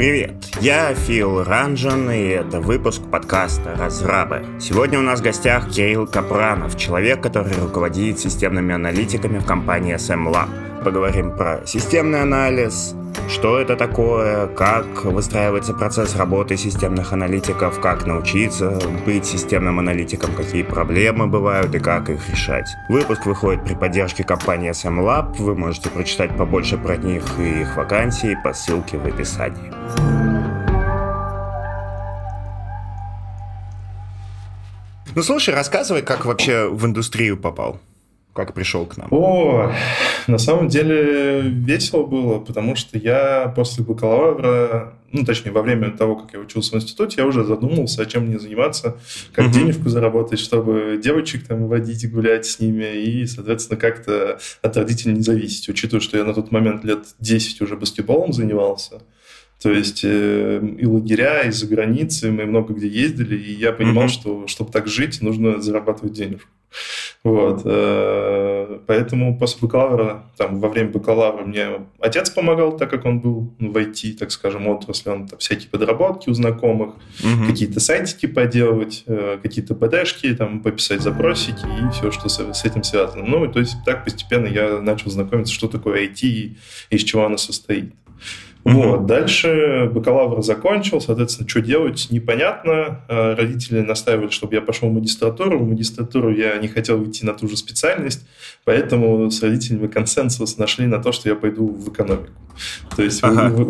Привет, я Фил Ранжен, и это выпуск подкаста «Разрабы». Сегодня у нас в гостях Кирилл Капранов, человек, который руководит системными аналитиками в компании SMLab. Поговорим про системный анализ, что это такое, как выстраивается процесс работы системных аналитиков, как научиться быть системным аналитиком, какие проблемы бывают и как их решать. Выпуск выходит при поддержке компании SMLab. Вы можете прочитать побольше про них и их вакансии по ссылке в описании. Ну слушай, рассказывай, как вообще в индустрию попал. Как пришел к нам? На самом деле весело было, потому что я после бакалавра, точнее, во время того, как я учился в институте, я уже задумался, а чем мне заниматься, как денежку заработать, чтобы девочек там водить и гулять с ними, и, соответственно, как-то от родителей не зависеть, учитывая, что я на тот момент лет 10 уже баскетболом занимался. То есть и лагеря, и за границей, мы много где ездили, и я понимал, что чтобы так жить, нужно зарабатывать денежку. Вот. Поэтому после бакалавра, во время бакалавра мне отец помогал, так как он был в IT, так скажем, отрасли, он там всякие подработки у знакомых, какие-то сайтики поделать, какие-то ПДшки, пописать запросики и все, что с этим связано. То есть так постепенно я начал знакомиться, что такое IT и из чего оно состоит. Вот. Дальше бакалавр закончил, соответственно, что делать, непонятно. Родители настаивали, чтобы я пошел в магистратуру. В магистратуру я не хотел идти на ту же специальность, поэтому с родителями консенсус нашли на то, что я пойду в экономику. То есть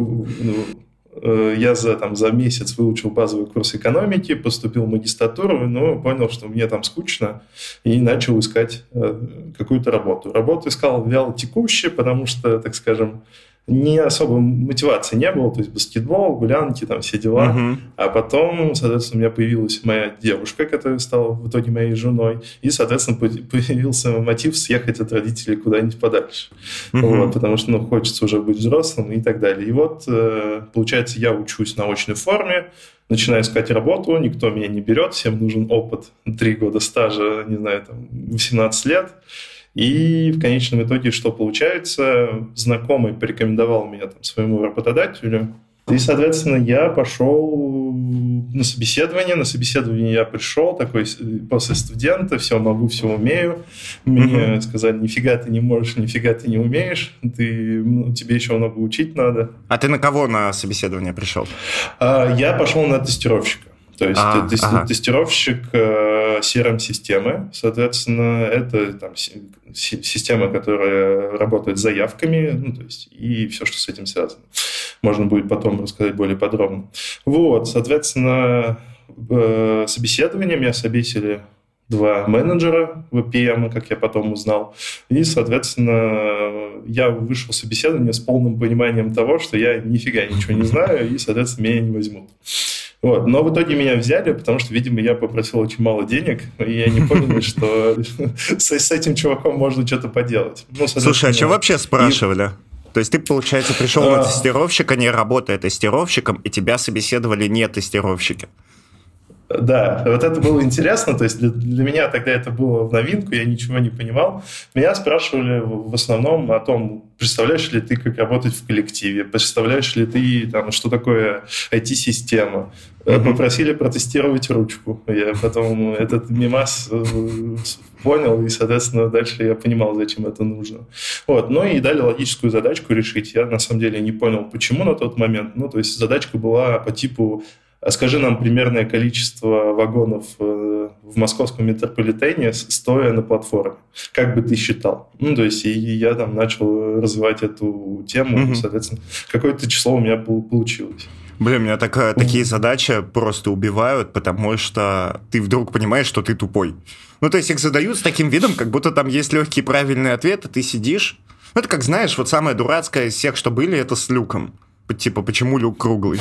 я за месяц выучил базовый курс экономики, поступил в магистратуру, но понял, что мне там скучно, и начал искать какую-то работу. Работу искал вяло текущую, потому что, так скажем, не особо мотивации не было, то есть баскетбол, гулянки, все дела. А потом, соответственно, у меня появилась моя девушка, которая стала в итоге моей женой, и, соответственно, появился мотив съехать от родителей куда-нибудь подальше. Вот, потому что, хочется уже быть взрослым и так далее. И вот, получается, я учусь на очной форме, начинаю искать работу, никто меня не берет, всем нужен опыт, 3 года стажа, 18 лет. И в конечном итоге что получается? Знакомый порекомендовал меня своему работодателю. И, соответственно, я пошел на собеседование. На собеседование я пришел, такой после студента, все могу, все умею. Мне сказали, нифига ты не можешь, нифига ты не умеешь, тебе еще много учить надо. А ты на кого на собеседование пришел? Я пошел на тестировщика. То есть тестировщик CRM-системы, соответственно, это система, которая работает с заявками, и все, что с этим связано. Можно будет потом рассказать более подробно. Вот, соответственно, собеседование меня собесили 2 менеджера PM, как я потом узнал. И, соответственно, я вышел с собеседования с полным пониманием того, что я нифига ничего не знаю, и, соответственно, меня не возьмут. Вот. Но в итоге меня взяли, потому что, видимо, я попросил очень мало денег, и они поняли, что с этим чуваком можно что-то поделать. Слушай, а что вообще спрашивали? То есть ты, получается, пришел на тестировщика, не работая тестировщиком, и тебя собеседовали не тестировщики? Да, вот это было интересно, то есть для меня тогда это было в новинку, я ничего не понимал. Меня спрашивали в основном о том, представляешь ли ты, как работать в коллективе, представляешь ли ты, что такое IT-система. Попросили протестировать ручку. Я потом этот мемас понял, и, соответственно, дальше я понимал, зачем это нужно. Вот. И дали логическую задачку решить. Я, на самом деле, не понял, почему на тот момент. То есть задачка была по типу: скажи нам примерное количество вагонов в московском метрополитене, стоя на платформе. Как бы ты считал? То есть и я начал развивать эту тему, соответственно, какое-то число у меня получилось. Блин, меня такие задачи просто убивают, потому что ты вдруг понимаешь, что ты тупой. То есть их задают с таким видом, как будто там есть легкий правильный ответ, и ты сидишь. Это как, знаешь, вот самое дурацкое из всех, что были, это с люком. Типа, почему люк круглый?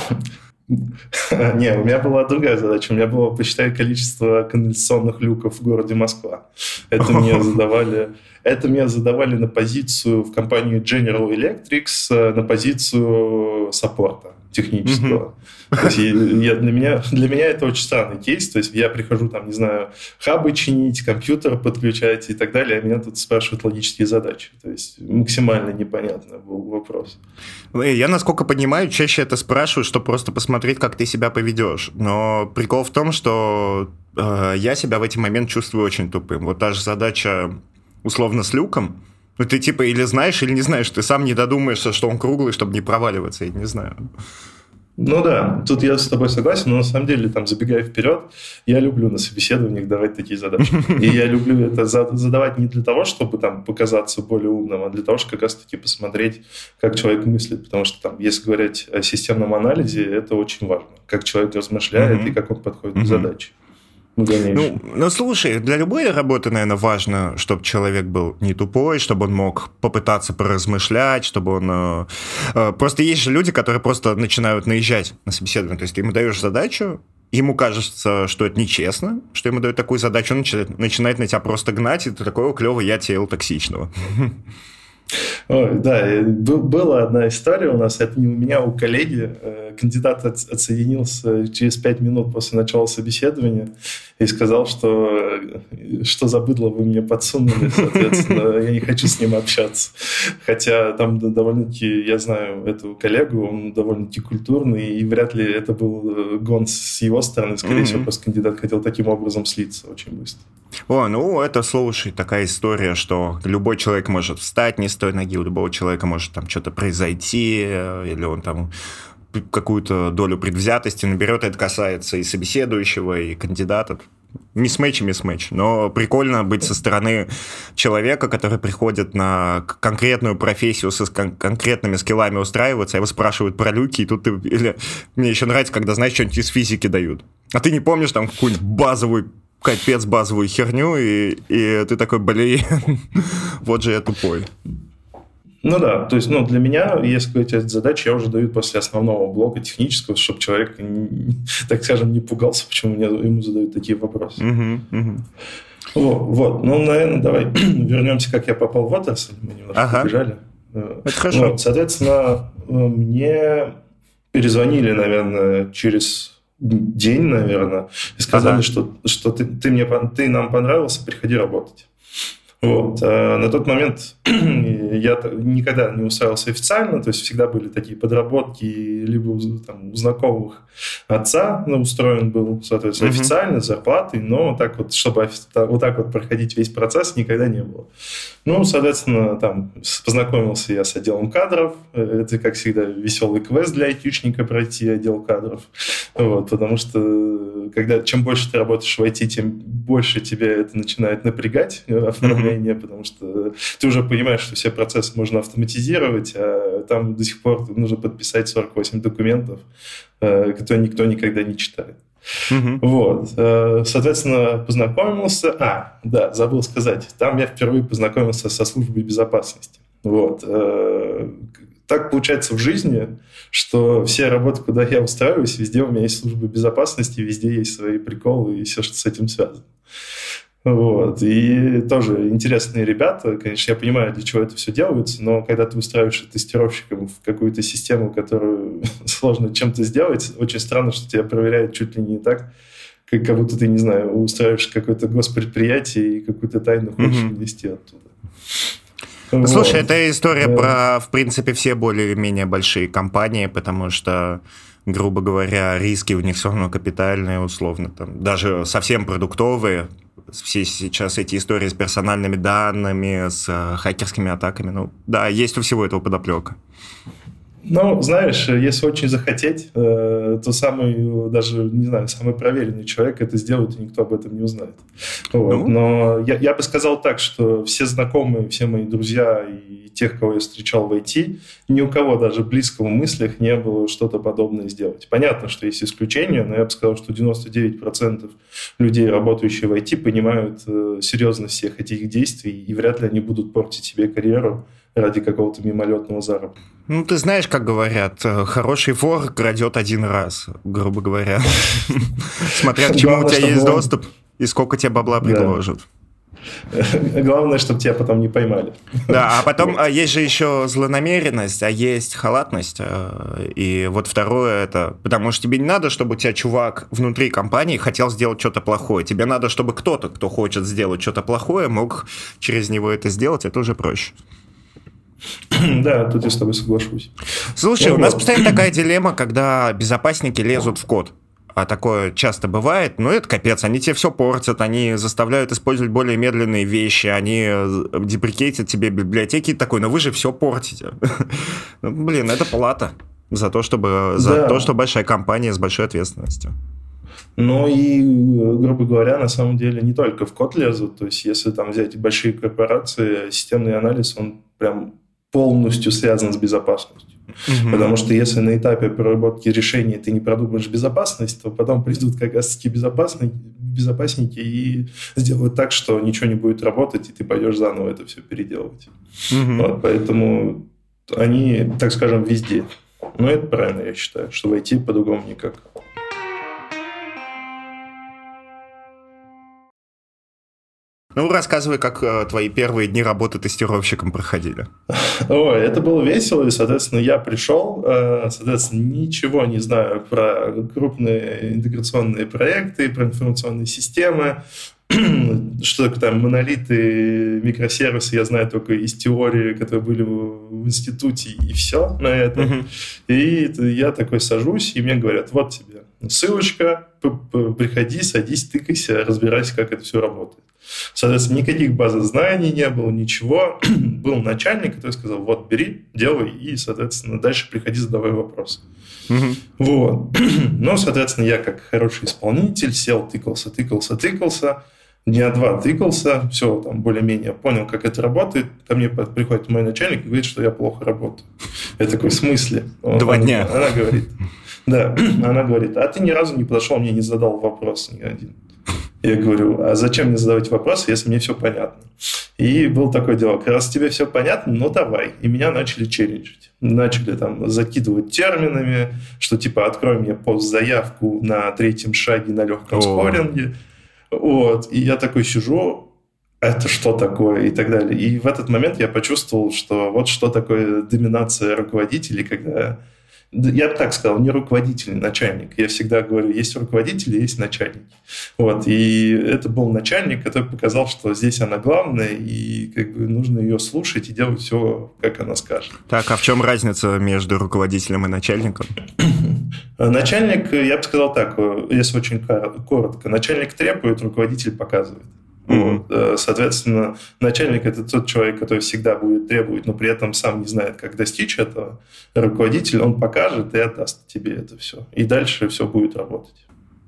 Не, у меня была другая задача. У меня было посчитать количество канализационных люков в городе Москва. Это мне задавали на позицию в компании General Electric, на позицию саппорта. технического. То есть для меня это очень странный кейс. То есть я прихожу, там, не знаю, хабы чинить, компьютер подключать и так далее, а меня тут спрашивают логические задачи. То есть максимально непонятный был вопрос. Я, насколько понимаю, чаще это спрашивают, чтобы просто посмотреть, как ты себя поведешь. Но прикол в том, что я себя в эти моменты чувствую очень тупым. Вот та же задача условно с люком. Ну, ты типа или знаешь, или не знаешь. Ты сам не додумаешься, что он круглый, чтобы не проваливаться, я не знаю. Ну да, тут я с тобой согласен, но на самом деле, там, забегая вперед, я люблю на собеседованиях давать такие задачи. И я люблю это задавать не для того, чтобы там показаться более умным, а для того, чтобы как раз-таки посмотреть, как человек мыслит. Потому что, там, если говорить о системном анализе, это очень важно. Как человек размышляет и как он подходит к задаче. Ну, слушай, для любой работы, наверное, важно, чтобы человек был не тупой, чтобы он мог попытаться поразмышлять, чтобы он... Просто есть же люди, которые просто начинают наезжать на собеседование. То есть ты ему даешь задачу, ему кажется, что это нечестно, что ему дают такую задачу, он начинает на тебя просто гнать, и ты такой: о, клево, я тело токсичного. Ой, да, была одна история у нас, это не у меня, а у коллеги. Кандидат отсоединился через 5 минут после начала собеседования и сказал, что за быдло вы мне подсунули, соответственно, я не хочу с ним общаться. Хотя там довольно-таки, я знаю эту коллегу, он довольно-таки культурный, и вряд ли это был гон с его стороны, скорее всего, просто кандидат хотел таким образом слиться очень быстро. О, ну это, слушай, такая история, что любой человек может встать не с той ноги, у любого человека может там что-то произойти, или он там какую-то долю предвзятости наберет. Это касается и собеседующего, и кандидата. Мисс-мэч и мисс-мэч. Но прикольно быть со стороны человека, который приходит на конкретную профессию с конкретными скиллами устраиваться, его спрашивают про люки, и тут ты... Или мне еще нравится, когда, знаешь, что-нибудь из физики дают. А ты не помнишь там какую-нибудь капец базовую херню, и ты такой: блин, вот же я тупой. Ну да, то есть для меня, если говорить о задаче, я уже даю после основного блока технического, чтобы человек, так скажем, не пугался, почему ему задают такие вопросы. Вот, наверное, давай вернемся, как я попал в отрасль, мы немножко побежали. Это хорошо. Вот, соответственно, мне перезвонили, наверное, через день, наверное, и сказали, что ты нам понравился, приходи работать. Вот. На тот момент я никогда не устраивался официально, то есть всегда были такие подработки, либо там, у знакомых отца устроен был, соответственно, официально, с зарплатой, но так вот, чтобы вот так вот проходить весь процесс, никогда не было. Ну, соответственно, там познакомился я с отделом кадров, это, как всегда, веселый квест для айтишника пройти отдел кадров, вот, потому что чем больше ты работаешь в IT, тем больше тебя это начинает напрягать, оформление, потому что ты уже понимаешь, что все процессы можно автоматизировать, а там до сих пор нужно подписать 48 документов, которые никто никогда не читает. Вот. Соответственно, познакомился... забыл сказать. Там я впервые познакомился со службой безопасности. Вот. Так получается в жизни, что все работы, куда я устраиваюсь, везде у меня есть служба безопасности, везде есть свои приколы и все, что с этим связано. Вот. И тоже интересные ребята. Конечно, я понимаю, для чего это все делается, но когда ты устраиваешься тестировщиком в какую-то систему, которую сложно чем-то сделать, очень странно, что тебя проверяют чуть ли не так, как будто ты, не знаю, устраиваешь какое-то госпредприятие и какую-то тайну хочешь ввести оттуда. Слушай, это история про, в принципе, все более-менее большие компании, потому что, грубо говоря, риски у них все равно капитальные, условно, там, даже совсем продуктовые. Все сейчас эти истории с персональными данными, с хакерскими атаками. Да, есть у всего этого подоплека. Знаешь, если очень захотеть, то самый, даже, не знаю, самый проверенный человек это сделает, и никто об этом не узнает. Вот. Но я бы сказал так, что все знакомые, все мои друзья и тех, кого я встречал в IT, ни у кого даже близко в мыслях не было что-то подобное сделать. Понятно, что есть исключения, но я бы сказал, что 99% людей, работающих в IT, понимают серьезность всех этих действий, и вряд ли они будут портить себе карьеру ради какого-то мимолетного заработка. Ты знаешь, как говорят, хороший вор крадет один раз, грубо говоря. Смотря к чему у тебя есть доступ и сколько тебе бабла предложат. Главное, чтобы тебя потом не поймали. Да, а потом есть же еще злонамеренность, а есть халатность. И вот второе это... Потому что тебе не надо, чтобы у тебя чувак внутри компании хотел сделать что-то плохое. Тебе надо, чтобы кто-то, кто хочет сделать что-то плохое, мог через него это сделать. Это уже проще. Да, тут я с тобой соглашусь. Слушай, у нас постоянно такая дилемма, когда безопасники лезут в код. А такое часто бывает, но это капец, они тебе все портят, они заставляют использовать более медленные вещи, они деприкейтят тебе библиотеки такой, но вы же все портите. Блин, это плата за то, что большая компания с большой ответственностью. Ну и, грубо говоря, на самом деле не только в код лезут, то есть если там взять большие корпорации, системный анализ, он прям полностью связан с безопасностью. Потому что если на этапе проработки решения ты не продумаешь безопасность, то потом придут как раз-таки безопасники и сделают так, что ничего не будет работать, и ты пойдешь заново это все переделывать. Вот, поэтому они, так скажем, везде. Но это правильно, я считаю, что в IT по-другому никак. Ну, рассказывай, как твои первые дни работы тестировщиком проходили. Ой, это было весело, и, соответственно, я пришел, соответственно, ничего не знаю про крупные интеграционные проекты, про информационные системы, что такое там монолиты, микросервисы, я знаю только из теории, которые были в институте, и все на это. И я такой сажусь, и мне говорят, вот тебе ссылочка, приходи, садись, тыкайся, разбирайся, как это все работает. Соответственно, никаких баз знаний не было, ничего. Был начальник, который сказал, вот, бери, делай, и, соответственно, дальше приходи, задавай вопросы. Вот. Ну, соответственно, я как хороший исполнитель сел, тыкался. Дня 2 тыкался, все, там, более-менее понял, как это работает. Ко мне приходит мой начальник и говорит, что я плохо работаю. Я такой, в смысле? 2 дня. Она говорит, да, она говорит, а ты ни разу не подошел, мне не задал вопрос ни один. Я говорю, а зачем мне задавать вопросы, если мне все понятно? И было такое дело, раз тебе все понятно, ну давай. И меня начали челленджить. Начали там закидывать терминами, что типа открой мне пост-заявку на 3-м шаге на легком скоринге. Вот. И я такой сижу, это что такое? И так далее. И в этот момент я почувствовал, что вот что такое доминация руководителей, когда... Я бы так сказал, не руководитель, начальник. Я всегда говорю, есть руководители, есть начальники. Вот. И это был начальник, который показал, что здесь она главная, и как бы нужно ее слушать и делать все, как она скажет. Так, а в чем разница между руководителем и начальником? Начальник, я бы сказал так, если очень коротко, начальник требует, руководитель показывает. Вот. Соответственно, начальник – это тот человек, который всегда будет требовать, но при этом сам не знает, как достичь этого. Руководитель, он покажет и отдаст тебе это все. И дальше все будет работать.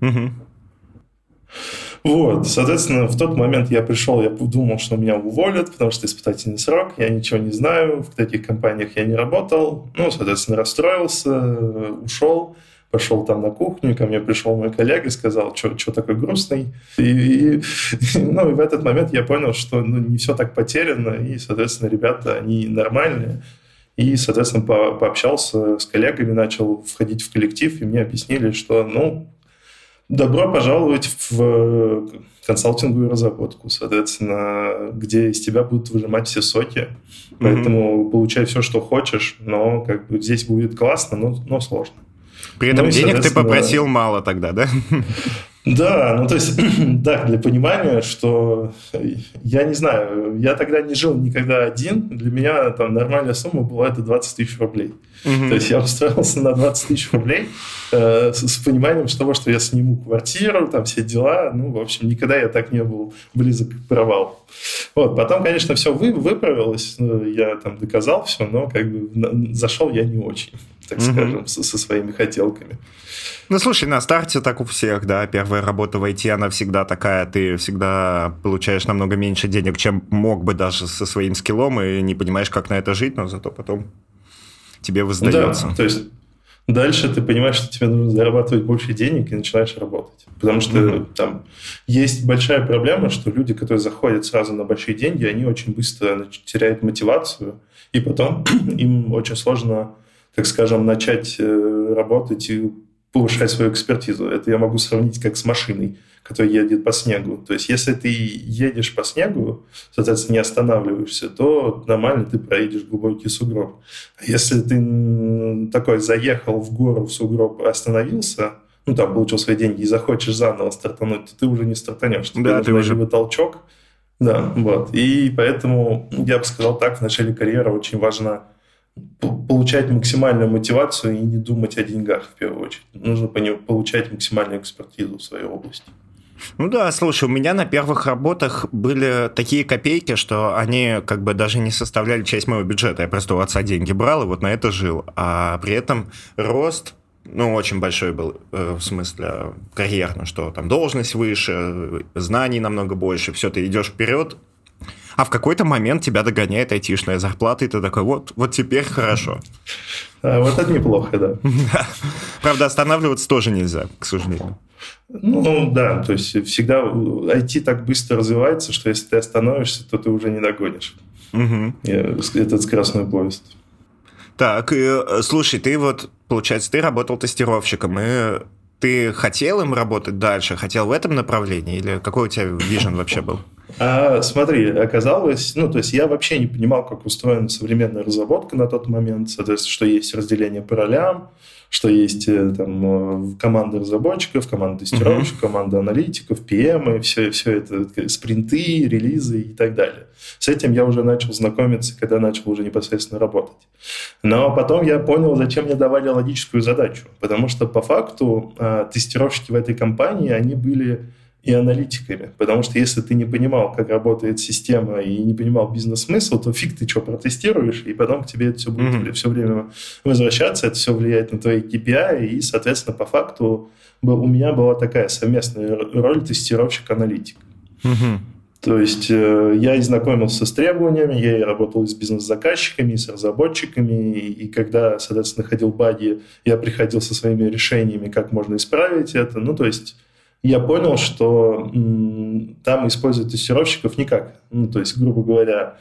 Вот, соответственно, в тот момент я пришел, я думал, что меня уволят, потому что испытательный срок, я ничего не знаю, в таких компаниях я не работал. Ну, соответственно, расстроился, ушел. Пошел там на кухню, ко мне пришел мой коллега и сказал, что такой грустный. И в этот момент я понял, что не все так потеряно, и, соответственно, ребята, они нормальные. И, соответственно, пообщался с коллегами, начал входить в коллектив, и мне объяснили, что, добро пожаловать в консалтинговую разработку, соответственно, где из тебя будут выжимать все соки. Поэтому получай все, что хочешь, но как бы здесь будет классно, но сложно. При этом денег ты попросил мало тогда, да? Да, то есть, да, для понимания, что я не знаю, я тогда не жил никогда один, для меня там нормальная сумма была это 20 тысяч рублей. То есть я устроился на 20 тысяч рублей с пониманием того, что я сниму квартиру, там все дела, в общем, никогда я так не был близок к провалу. Вот, потом, конечно, все выправилось, я там доказал все, но как бы зашел я не очень, так скажем, со своими хотелками. Слушай, на старте так у всех, да, первая работа в IT, она всегда такая, ты всегда получаешь намного меньше денег, чем мог бы даже со своим скиллом, и не понимаешь, как на это жить, но зато потом тебе воздается. Да, то есть дальше ты понимаешь, что тебе нужно зарабатывать больше денег и начинаешь работать. Потому что там есть большая проблема, что люди, которые заходят сразу на большие деньги, они очень быстро теряют мотивацию, и потом им очень сложно, так скажем, начать работать и повышать свою экспертизу. Это я могу сравнить как с машиной, которая едет по снегу. То есть, если ты едешь по снегу, соответственно, не останавливаешься, то нормально ты проедешь глубокий сугроб. А если ты такой заехал в гору, в сугроб, остановился, там получил свои деньги и захочешь заново стартануть, то ты уже не стартанешь. Да, ты уже... толчок. Да, вот. И поэтому, я бы сказал так, в начале карьеры очень важно получать максимальную мотивацию и не думать о деньгах в первую очередь. Нужно получать максимальную экспертизу в своей области. Ну да, слушай, у меня на первых работах были такие копейки, что они как бы даже не составляли часть моего бюджета. Я просто у отца деньги брал и вот на это жил. А при этом рост, очень большой был, в смысле карьерно, что там должность выше, знаний намного больше, все, ты идешь вперед, а в какой-то момент тебя догоняет айтишная зарплата, и ты такой, вот теперь хорошо. Вот это неплохо, да. Правда, останавливаться тоже нельзя, к сожалению. Да, то есть всегда IT так быстро развивается, что если ты остановишься, то ты уже не догонишь. Этот скоростной поезд. Так, слушай, ты получается, ты работал тестировщиком, и ты хотел им работать дальше, хотел в этом направлении, или какой у тебя вижен вообще был? Смотри, оказалось, то есть я вообще не понимал, как устроена современная разработка на тот момент, соответственно, что есть разделение по ролям, что есть там команда разработчиков, команда тестировщиков, команда аналитиков, PM, все это, спринты, релизы и так далее. С этим я уже начал знакомиться, когда начал уже непосредственно работать. Но потом я понял, зачем мне давали логическую задачу, потому что по факту тестировщики в этой компании, они были и аналитиками. Потому что если ты не понимал, как работает система, и не понимал бизнес-смысл, то фиг ты что протестируешь, и потом к тебе это все будет все время возвращаться, это все влияет на твои KPI, и, соответственно, по факту у меня была такая совместная роль тестировщик-аналитик. То есть я и знакомился с требованиями, я и работал с бизнес-заказчиками, и с разработчиками, и когда, соответственно, ходил баги, я приходил со своими решениями, как можно исправить это. То есть я понял, что там используют тестировщиков никак. То есть, грубо говоря,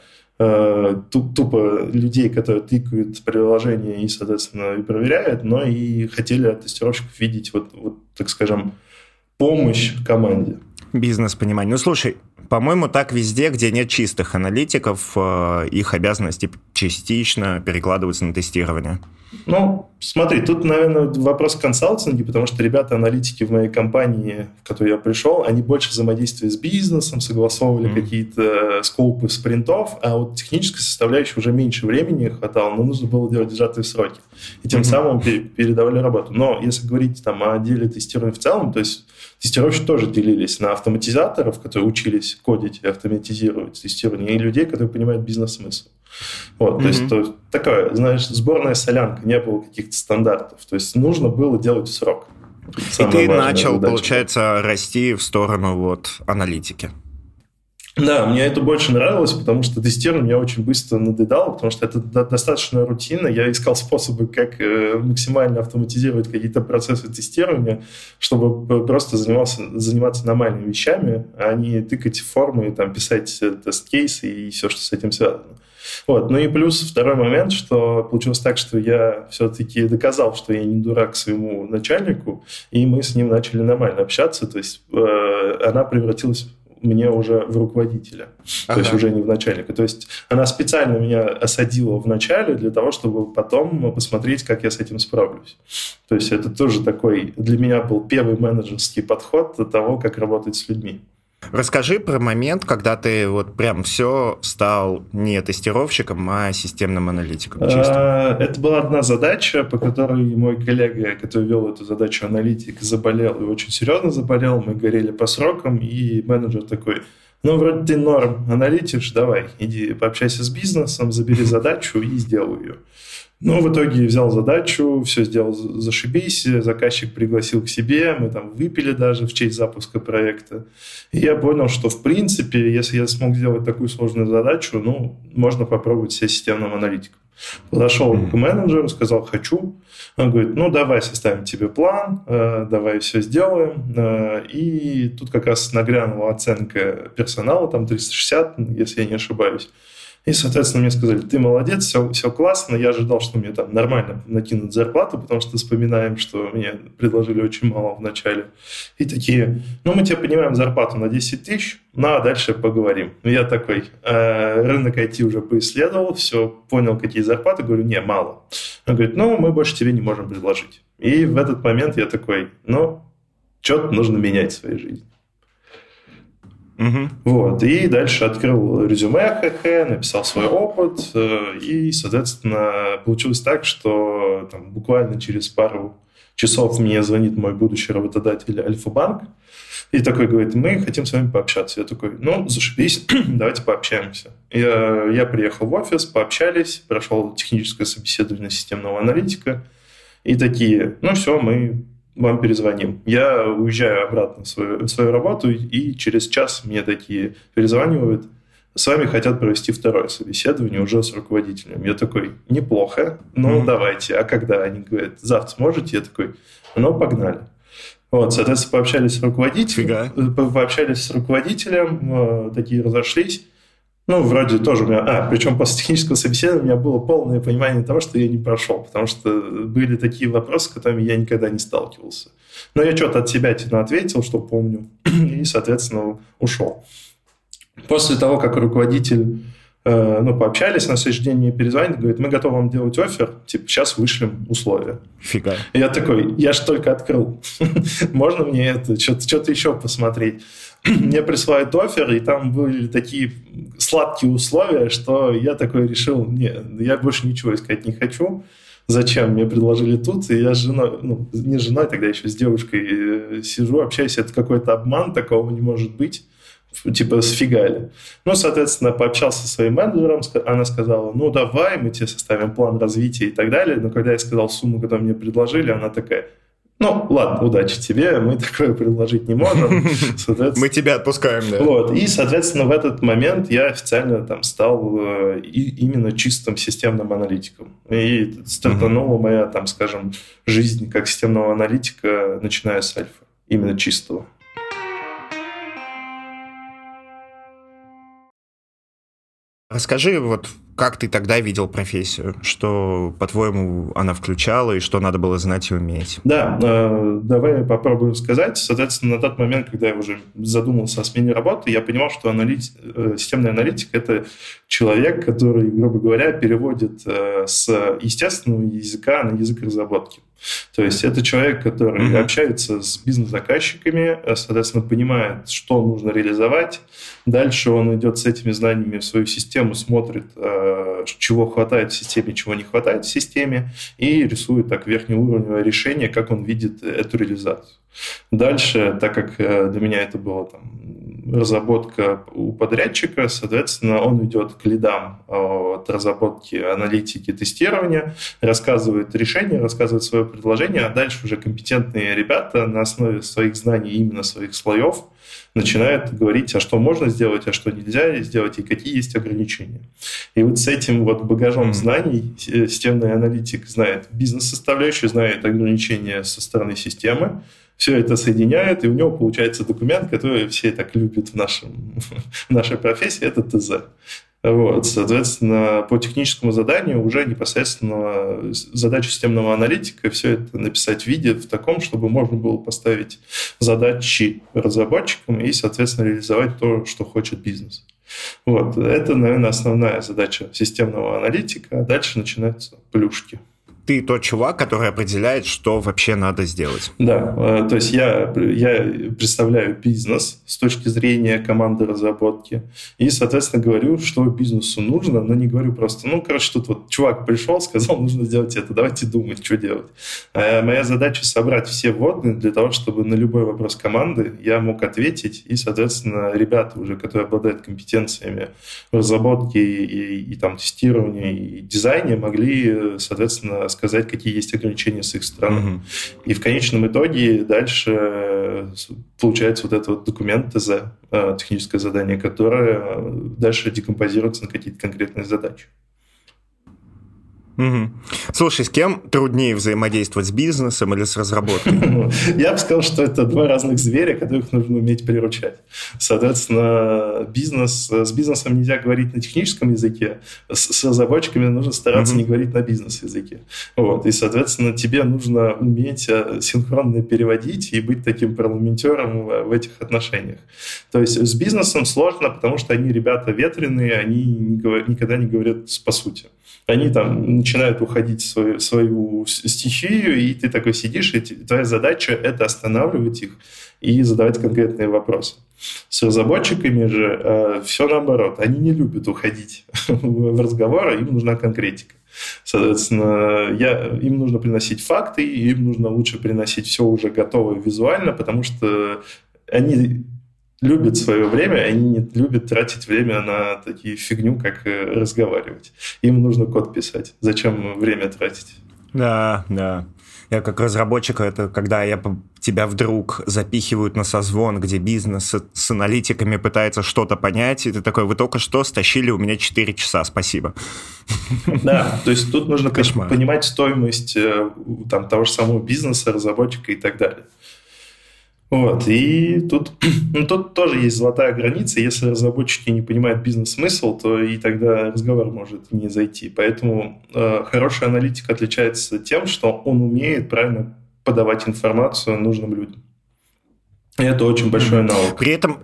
тупо людей, которые тыкают приложение и, соответственно, и проверяют, но и хотели от тестировщиков видеть, так скажем, помощь команде. Бизнес-понимание. Слушай, по-моему, так везде, где нет чистых аналитиков, их обязанности частично перекладываются на тестирование. Смотри, тут, наверное, вопрос консалтинга, потому что ребята-аналитики в моей компании, в которую я пришел, они больше взаимодействовали с бизнесом, согласовывали какие-то скопы спринтов, а вот технической составляющей уже меньше времени хватало, но нужно было делать сжатые сроки. И тем самым передавали работу. Но если говорить о отделе тестирования в целом, то есть тестировщики тоже делились на автоматизаторов, которые учились кодить и автоматизировать тестирование, и людей, которые понимают бизнес-смысл. То есть такая, знаешь, сборная солянка, не было каких-то стандартов. То есть нужно было делать в срок. И ты начал, получается, расти в сторону аналитики. Да, мне это больше нравилось, потому что тестирование меня очень быстро надоедало, потому что это достаточно рутинно. Я искал способы, как максимально автоматизировать какие-то процессы тестирования, чтобы просто заниматься нормальными вещами, а не тыкать формы, писать тест-кейсы и все, что с этим связано. И плюс второй момент, что получилось так, что я все-таки доказал, что я не дурак своему начальнику, и мы с ним начали нормально общаться, то есть она превратилась мне уже в руководителя, то есть уже не в начальника. То есть она специально меня осадила в начале для того, чтобы потом посмотреть, как я с этим справлюсь. То есть это тоже такой для меня был первый менеджерский подход до того, как работать с людьми. Расскажи про момент, когда ты прям все стал не тестировщиком, а системным аналитиком. Это была одна задача, по которой мой коллега, который вел эту задачу аналитик, заболел, и очень серьезно заболел. Мы горели по срокам, и менеджер такой: вроде ты норм аналитишь, давай, иди пообщайся с бизнесом, забери задачу и сделай ее. В итоге взял задачу, все сделал зашибись, заказчик пригласил к себе, мы выпили даже в честь запуска проекта. И я понял, что в принципе, если я смог сделать такую сложную задачу, можно попробовать себя системным аналитиком. Подошел к менеджеру, сказал: хочу. Он говорит: давай составим тебе план, давай все сделаем. И тут как раз нагрянула оценка персонала, 360, если я не ошибаюсь. И, соответственно, мне сказали, ты молодец, все классно. Я ожидал, что мне там нормально накинут зарплату, потому что вспоминаем, что мне предложили очень мало в начале. И такие, мы тебе поднимаем зарплату на 10 тысяч, а дальше поговорим. Я такой, рынок IT уже поисследовал, все, понял, какие зарплаты. Говорю, не, мало. Он говорит, мы больше тебе не можем предложить. И в этот момент я такой, что-то нужно менять в своей жизни. Вот. И дальше открыл резюме написал свой опыт, и, соответственно, получилось так, что там, буквально через пару часов мне звонит мой будущий работодатель Альфа-банк, и такой говорит, мы хотим с вами пообщаться. Я такой, зашибись, давайте пообщаемся. Я приехал в офис, пообщались, прошел техническое собеседование системного аналитика, и такие, все, мы вам перезвоним. Я уезжаю обратно в свою работу, и через час мне такие перезванивают, с вами хотят провести второе собеседование уже с руководителем. Я такой, неплохо, давайте. А когда? Они говорят, завтра сможете? Я такой, погнали. Вот, соответственно, пообщались с руководителем, такие разошлись. Вроде тоже у меня... причем после технического собеседования у меня было полное понимание того, что я не прошел, потому что были такие вопросы, с которыми я никогда не сталкивался. Но я что-то от себя ответил, что помню, и, соответственно, ушел. После того, как руководитель, пообщались, на следующий день мне перезвонит, говорит, мы готовы вам делать оффер, сейчас вышлем условия. Фига. И я такой, я ж только открыл, можно мне это, что-то еще посмотреть? Мне присылают оффер, и там были такие сладкие условия, что я такой решил, я больше ничего искать не хочу. Зачем? Мне предложили тут, и я с женой, не с женой, тогда еще с девушкой сижу, общаюсь, это какой-то обман, такого не может быть. Сфигали. Соответственно, пообщался со своим менеджером, она сказала, давай, мы тебе составим план развития и так далее. Но когда я сказал сумму, которую мне предложили, она такая, ладно, удачи тебе, мы такое предложить не можем. Мы тебя отпускаем, да. Вот. И, соответственно, в этот момент я официально стал именно чистым системным аналитиком. И стартанула моя, жизнь как системного аналитика, начиная с Альфа. Именно чистого. Расскажи, как ты тогда видел профессию? Что, по-твоему, она включала и что надо было знать и уметь? Да, давай я попробую сказать. Соответственно, на тот момент, когда я уже задумался о смене работы, я понимал, что системный аналитик – это человек, который, грубо говоря, переводит с естественного языка на язык разработки. То есть это человек, который общается с бизнес-заказчиками, соответственно, понимает, что нужно реализовать. Дальше он идет с этими знаниями в свою систему, смотрит, чего хватает в системе, чего не хватает в системе, и рисует так верхнеуровневое решение, как он видит эту реализацию. Дальше, так как для меня это было разработка у подрядчика, соответственно, он идет к лидам от разработки, аналитики, тестирования, рассказывает решение, рассказывает свое предложение, а дальше уже компетентные ребята на основе своих знаний, именно своих слоев, начинают говорить, а что можно сделать, а что нельзя сделать, и какие есть ограничения. И с этим багажом знаний системный аналитик знает бизнес-составляющую, знает ограничения со стороны системы, все это соединяет, и у него получается документ, который все так любят в нашей профессии, это ТЗ. Вот, соответственно, по техническому заданию уже непосредственно задача системного аналитика все это написать в виде в таком, чтобы можно было поставить задачи разработчикам и, соответственно, реализовать то, что хочет бизнес. Вот, это, наверное, основная задача системного аналитика, а дальше начинаются плюшки. Ты тот чувак, который определяет, что вообще надо сделать. Да, то есть я представляю бизнес с точки зрения команды разработки и, соответственно, говорю, что бизнесу нужно, но не говорю просто, тут чувак пришел, сказал, нужно сделать это, давайте думать, что делать. Моя задача собрать все вводные для того, чтобы на любой вопрос команды я мог ответить, и, соответственно, ребята уже, которые обладают компетенциями в разработке и тестировании и дизайне, могли, соответственно, сказать, какие есть ограничения с их стороны. И в конечном итоге дальше получается этот документ ТЗ, техническое задание, которое дальше декомпозируется на какие-то конкретные задачи. Угу. Слушай, с кем труднее взаимодействовать, с бизнесом или с разработкой? Я бы сказал, что это два разных зверя, которых нужно уметь приручать. Соответственно, с бизнесом нельзя говорить на техническом языке, с разработчиками нужно стараться не говорить на бизнес-языке. Вот. И, соответственно, тебе нужно уметь синхронно переводить и быть таким парламентером в этих отношениях. То есть с бизнесом сложно, потому что они ребята ветреные, они никогда не говорят по сути. Они там начинают уходить в свою стихию, и ты такой сидишь, и твоя задача — это останавливать их и задавать конкретные вопросы. С разработчиками же все наоборот. Они не любят уходить в разговоры, им нужна конкретика. Соответственно, им нужно приносить факты, им нужно лучше приносить все уже готовое визуально, потому что они любят свое время, они не любят тратить время на такие фигню, как разговаривать. Им нужно код писать. Зачем время тратить? Да. Я как разработчик, это когда тебя вдруг запихивают на созвон, где бизнес с аналитиками пытается что-то понять, и ты такой: вы только что стащили у меня 4 часа, спасибо. Да, то есть тут нужно понимать стоимость того же самого бизнеса, разработчика и так далее. Вот. И тут тоже есть золотая граница. Если разработчики не понимают бизнес-смысл, то и тогда разговор может не зайти. Поэтому хороший аналитик отличается тем, что он умеет правильно подавать информацию нужным людям. И это очень большой навык. При этом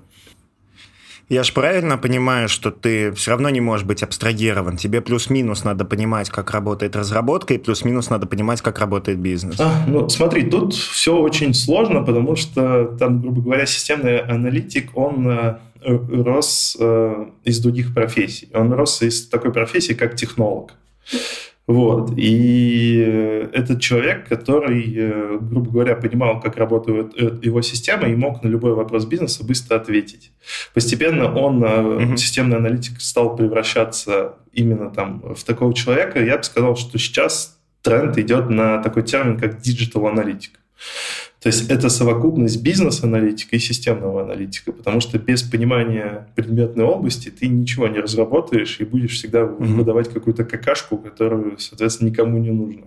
я же правильно понимаю, что ты все равно не можешь быть абстрагирован. Тебе плюс-минус надо понимать, как работает разработка, и плюс-минус надо понимать, как работает бизнес. Смотри, тут все очень сложно, потому что там, грубо говоря, системный аналитик, он рос из других профессий. Он рос из такой профессии, как технолог. Вот. И этот человек, который, грубо говоря, понимал, как работает его система, и мог на любой вопрос бизнеса быстро ответить. Постепенно он, системный аналитик, стал превращаться именно в такого человека. Я бы сказал, что сейчас тренд идет на такой термин, как диджитал-аналитик. То есть это совокупность бизнес-аналитика и системного аналитика, потому что без понимания предметной области ты ничего не разработаешь и будешь всегда выдавать какую-то какашку, которую, соответственно, никому не нужно.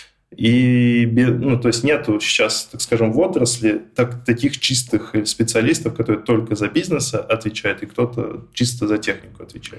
И то есть нету сейчас, так скажем, в отрасли таких чистых специалистов, которые только за бизнес отвечают, и кто-то чисто за технику отвечает.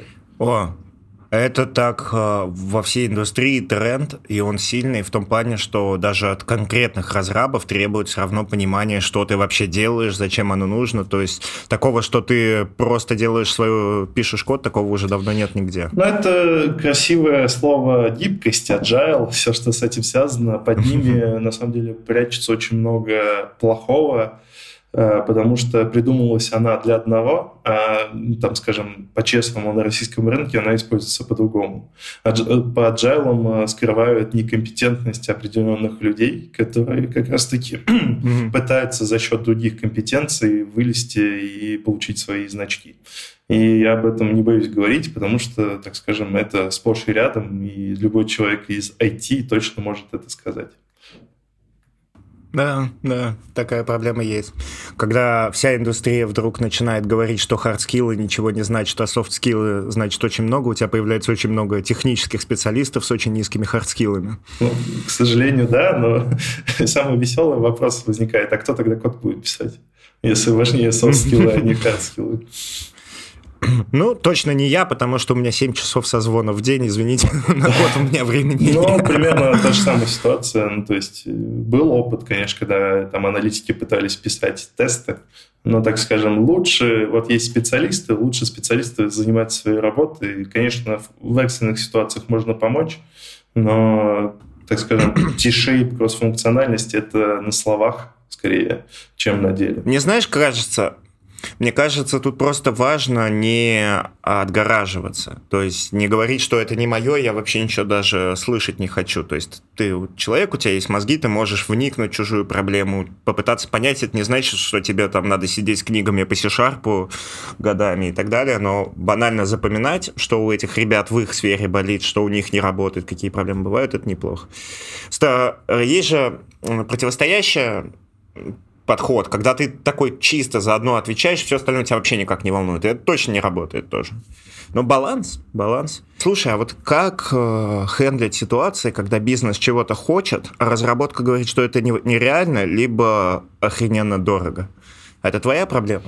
Это так во всей индустрии тренд, и он сильный в том плане, что даже от конкретных разрабов требует все равно понимания, что ты вообще делаешь, зачем оно нужно. То есть такого, что ты просто делаешь пишешь код, такого уже давно нет нигде. Это красивое слово гибкость, agile, все, что с этим связано. Под ними, на самом деле, прячется очень много плохого, потому что придумывалась она для одного, а, скажем, по-честному на российском рынке она используется по-другому. По agile скрывают некомпетентность определенных людей, которые как раз-таки пытаются за счет других компетенций вылезти и получить свои значки. И я об этом не боюсь говорить, потому что, так скажем, это сплошь и рядом, и любой человек из IT точно может это сказать. Да, такая проблема есть. Когда вся индустрия вдруг начинает говорить, что хардскиллы ничего не значат, а софтскиллы значит очень много, у тебя появляется очень много технических специалистов с очень низкими хардскиллами. К сожалению, да, но самый веселый вопрос возникает: а кто тогда код будет писать, если важнее софтскиллы, а не хардскиллы? Точно не я, потому что у меня 7 часов созвонов в день, извините, на код у меня времени нет. Примерно та же самая ситуация. То есть был опыт, конечно, когда аналитики пытались писать тесты, но, так скажем, лучше специалисты занимаются своей работой. И, конечно, в экстренных ситуациях можно помочь, но, так скажем, T-shape, кросс-функциональность — это на словах скорее, чем на деле. Мне кажется, тут просто важно не отгораживаться. То есть не говорить, что это не мое, я вообще ничего даже слышать не хочу. То есть ты человек, у тебя есть мозги, ты можешь вникнуть в чужую проблему, попытаться понять. Это не значит, что тебе надо сидеть с книгами по C# годами и так далее, но банально запоминать, что у этих ребят в их сфере болит, что у них не работает, какие проблемы бывают, это неплохо. Есть же противостоящая подход, когда ты такой чисто за одно отвечаешь, все остальное тебя вообще никак не волнует. И это точно не работает тоже. Но баланс. Слушай, а вот как хендлить ситуации, когда бизнес чего-то хочет, а разработка говорит, что это нереально, либо охрененно дорого? Это твоя проблема?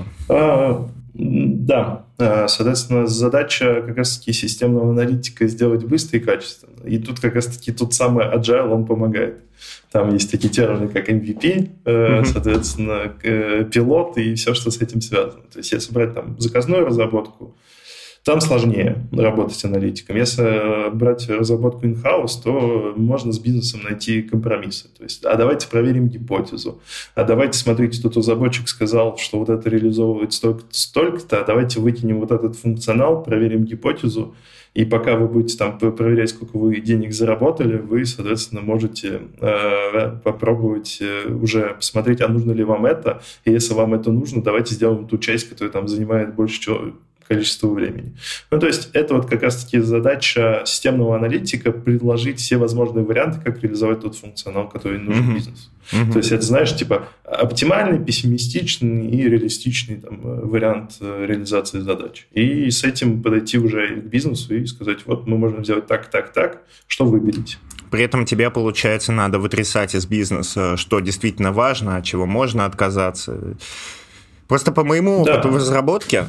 Да. Соответственно, задача как раз-таки системного аналитика сделать быстро и качественно. И тут как раз-таки тот самый agile, он помогает. Там есть такие термины, как MVP, соответственно, пилот и все, что с этим связано. То есть если брать там заказную разработку, там сложнее работать аналитиком. Если брать разработку in-house, то можно с бизнесом найти компромиссы. То есть, а давайте проверим гипотезу. А давайте, смотрите, тут разработчик сказал, что вот это реализовывает столько-то, а давайте выкинем вот этот функционал, проверим гипотезу. И пока вы будете там проверять, сколько вы денег заработали, вы, соответственно, можете попробовать уже посмотреть, а нужно ли вам это. И если вам это нужно, давайте сделаем ту часть, которая там занимает больше количество времени. Ну, то есть это вот как раз-таки задача системного аналитика предложить все возможные варианты, как реализовать тот функционал, который нужен бизнесу. То есть это, знаешь, типа оптимальный, пессимистичный и реалистичный там, вариант реализации задач. И с этим подойти уже к бизнесу и сказать, вот мы можем сделать так, что выберите. При этом тебе, получается, надо вытрясать из бизнеса, что действительно важно, от чего можно отказаться. Просто по моему опыту в разработке,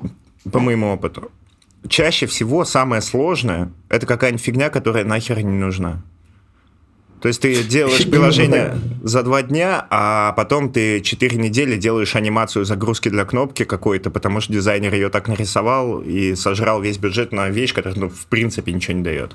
чаще всего самое сложное – это какая-нибудь фигня, которая нахер не нужна. То есть ты делаешь приложение за 2 дня, а потом ты 4 недели делаешь анимацию загрузки для кнопки какой-то, потому что дизайнер ее так нарисовал и сожрал весь бюджет на вещь, которая, в принципе, ничего не дает.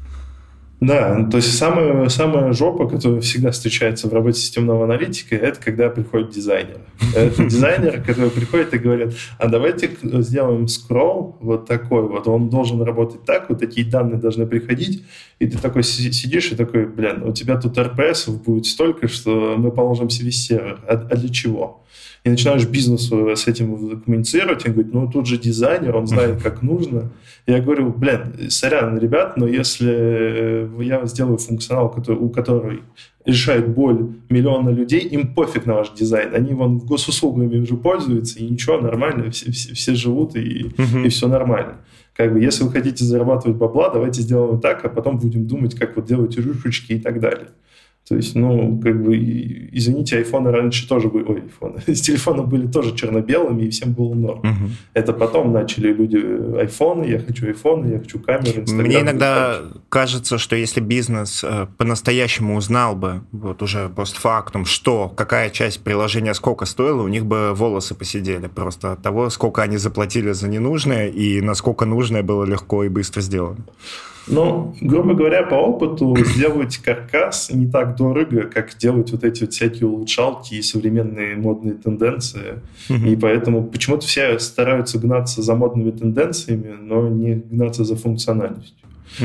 Да, то есть самая жопа, которая всегда встречается в работе системного аналитика, это когда приходит дизайнер. Это дизайнер, который приходит и говорит, а давайте сделаем скролл вот такой вот, он должен работать так, вот такие данные должны приходить, и ты такой сидишь и такой, блин, у тебя тут RPS будет столько, что мы положим себе сервер, а для чего? И начинаешь бизнесу с этим коммуницировать, он говорит, ну тут же дизайнер, он знает, как нужно. Я говорю, блин, сорян, ребят, но если я сделаю функционал, который решает боль миллиона людей, им пофиг на ваш дизайн. Они вон госуслугами уже пользуются, и ничего, нормально, все живут, и все нормально. Как бы, если вы хотите зарабатывать бабла, давайте сделаем так, а потом будем думать, как вот делать рюшечки и так далее. То есть, ну, как бы, извините, айфоны раньше тоже были... Ой, айфоны. Телефоны были тоже черно-белыми, и всем было норм. Это потом начали люди айфоны, я хочу камеры, Инстаграм. Мне иногда кажется, что если бизнес по-настоящему узнал бы, вот уже постфактум, какая часть приложения сколько стоила, у них бы волосы посидели просто от того, сколько они заплатили за ненужное, и насколько нужное было легко и быстро сделано. Ну, грубо говоря, по опыту сделать каркас не так дорого, как делать вот эти вот всякие улучшалки и современные модные тенденции. И поэтому почему-то все стараются гнаться за модными тенденциями, но не гнаться за функциональностью.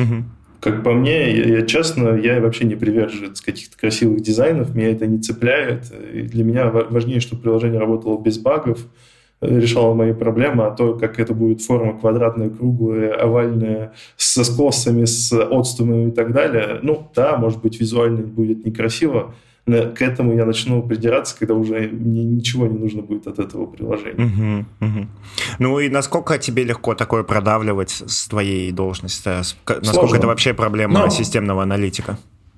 Как по мне, я вообще не приверженец каких-то красивых дизайнов, меня это не цепляет. И для меня важнее, чтобы приложение работало без багов, решала мои проблемы, а то, как это будет форма квадратная, круглая, овальная, со скосами, с отступами и так далее. Ну, да, может быть, визуально будет некрасиво, но к этому я начну придираться, когда уже мне ничего не нужно будет от этого приложения. Ну и насколько тебе легко такое продавливать с твоей должности? Насколько это вообще проблема системного аналитика?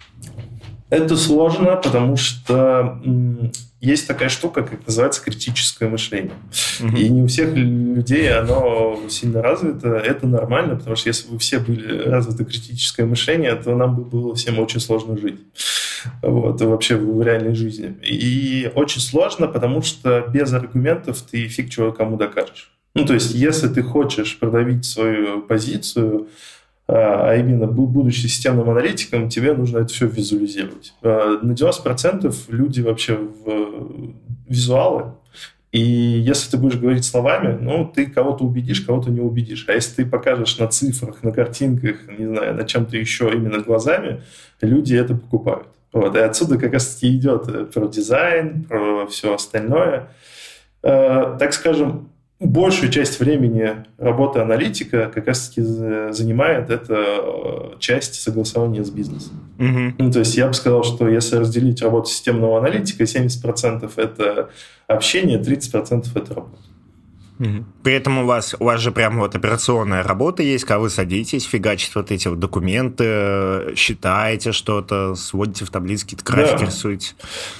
Это сложно, потому что есть такая штука, как называется критическое мышление. И не у всех людей оно сильно развито. Это нормально, потому что если бы все были развито критическое мышление, то нам бы было всем очень сложно жить. Вот, вообще в реальной жизни. И очень сложно, потому что без аргументов ты фиг чего кому докажешь. Ну, то есть, если ты хочешь продавить свою позицию, а именно, будучи системным аналитиком, тебе нужно это все визуализировать. На 90% люди вообще визуалы, и если ты будешь говорить словами, ну, ты кого-то убедишь, кого-то не убедишь. А если ты покажешь на цифрах, на картинках, не знаю, на чем-то еще именно глазами, люди это покупают. Вот. И отсюда как раз-таки идет про дизайн, про все остальное. Так скажем, большую часть времени работы аналитика как раз-таки занимает эта часть согласования с бизнесом. Ну, то есть я бы сказал, что если разделить работу системного аналитика, 70% это общение, 30% это работа. При этом у вас же прям вот операционная работа есть, когда вы садитесь, фигачите вот эти вот документы, считаете что-то, сводите в таблицы, какие-то графики рисуете.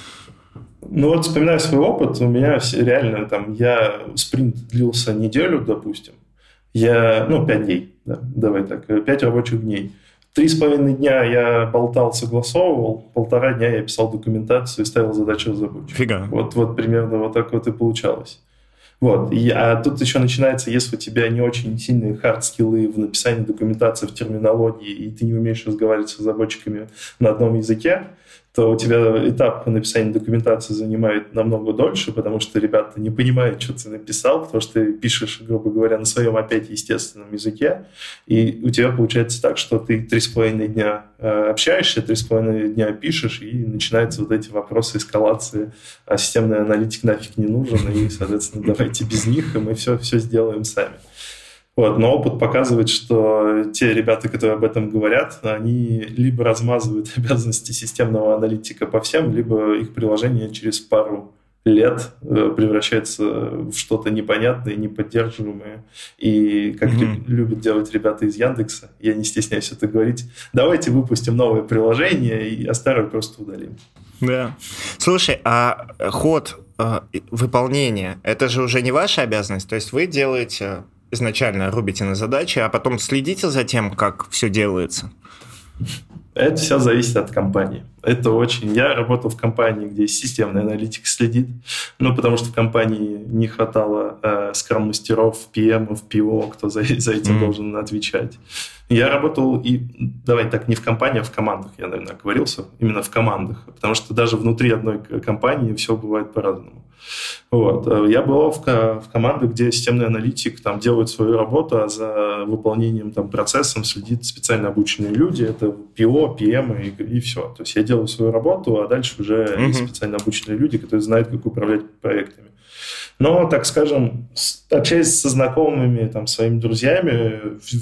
Ну вот, вспоминая свой опыт, у меня реально спринт длился неделю, допустим. 5 дней, да, давай так, 5 рабочих дней. 3,5 дня я болтал, согласовывал, 1,5 дня я писал документацию и ставил задачи разработчика. Фига. Вот примерно вот так вот и получалось. Вот. А тут еще начинается, если у тебя не очень сильные хард-скиллы в написании документации, в терминологии, и ты не умеешь разговаривать с разработчиками на одном языке, то у тебя этап написания документации занимает намного дольше, потому что ребята не понимают, что ты написал, потому что ты пишешь, грубо говоря, на своем опять естественном языке, и у тебя получается так, что ты 3,5 дня общаешься, 3,5 дня пишешь, и начинаются вот эти вопросы эскалации, а системный аналитик нафиг не нужен, и, соответственно, давайте без них, и мы все сделаем сами. Вот, но опыт показывает, что те ребята, которые об этом говорят, они либо размазывают обязанности системного аналитика по всем, либо их приложение через пару лет превращается в что-то непонятное, неподдерживаемое. И как любят делать ребята из Яндекса, я не стесняюсь это говорить, давайте выпустим новое приложение, а старое просто удалим. Да. Слушай, а ход выполнения, это же уже не ваша обязанность? То есть вы делаете... изначально рубите на задачи, а потом следите за тем, как все делается? Это все зависит от компании. Это очень... Я работал в компании, где системный аналитик следит, потому что в компании не хватало скрам-мастеров, PM, PO, кто за этим должен отвечать. Я работал давай так, не в компании, а в командах, я, наверное, оговорился, именно в командах, потому что даже внутри одной компании все бывает по-разному. Вот. Я был в командах, где системный аналитик там делает свою работу, а за выполнением процессом следит специально обученные люди, это PO, PM и все. То есть я делаю свою работу, а дальше уже специально обученные люди, которые знают, как управлять проектами. Но, так скажем, общаясь со знакомыми, своими друзьями,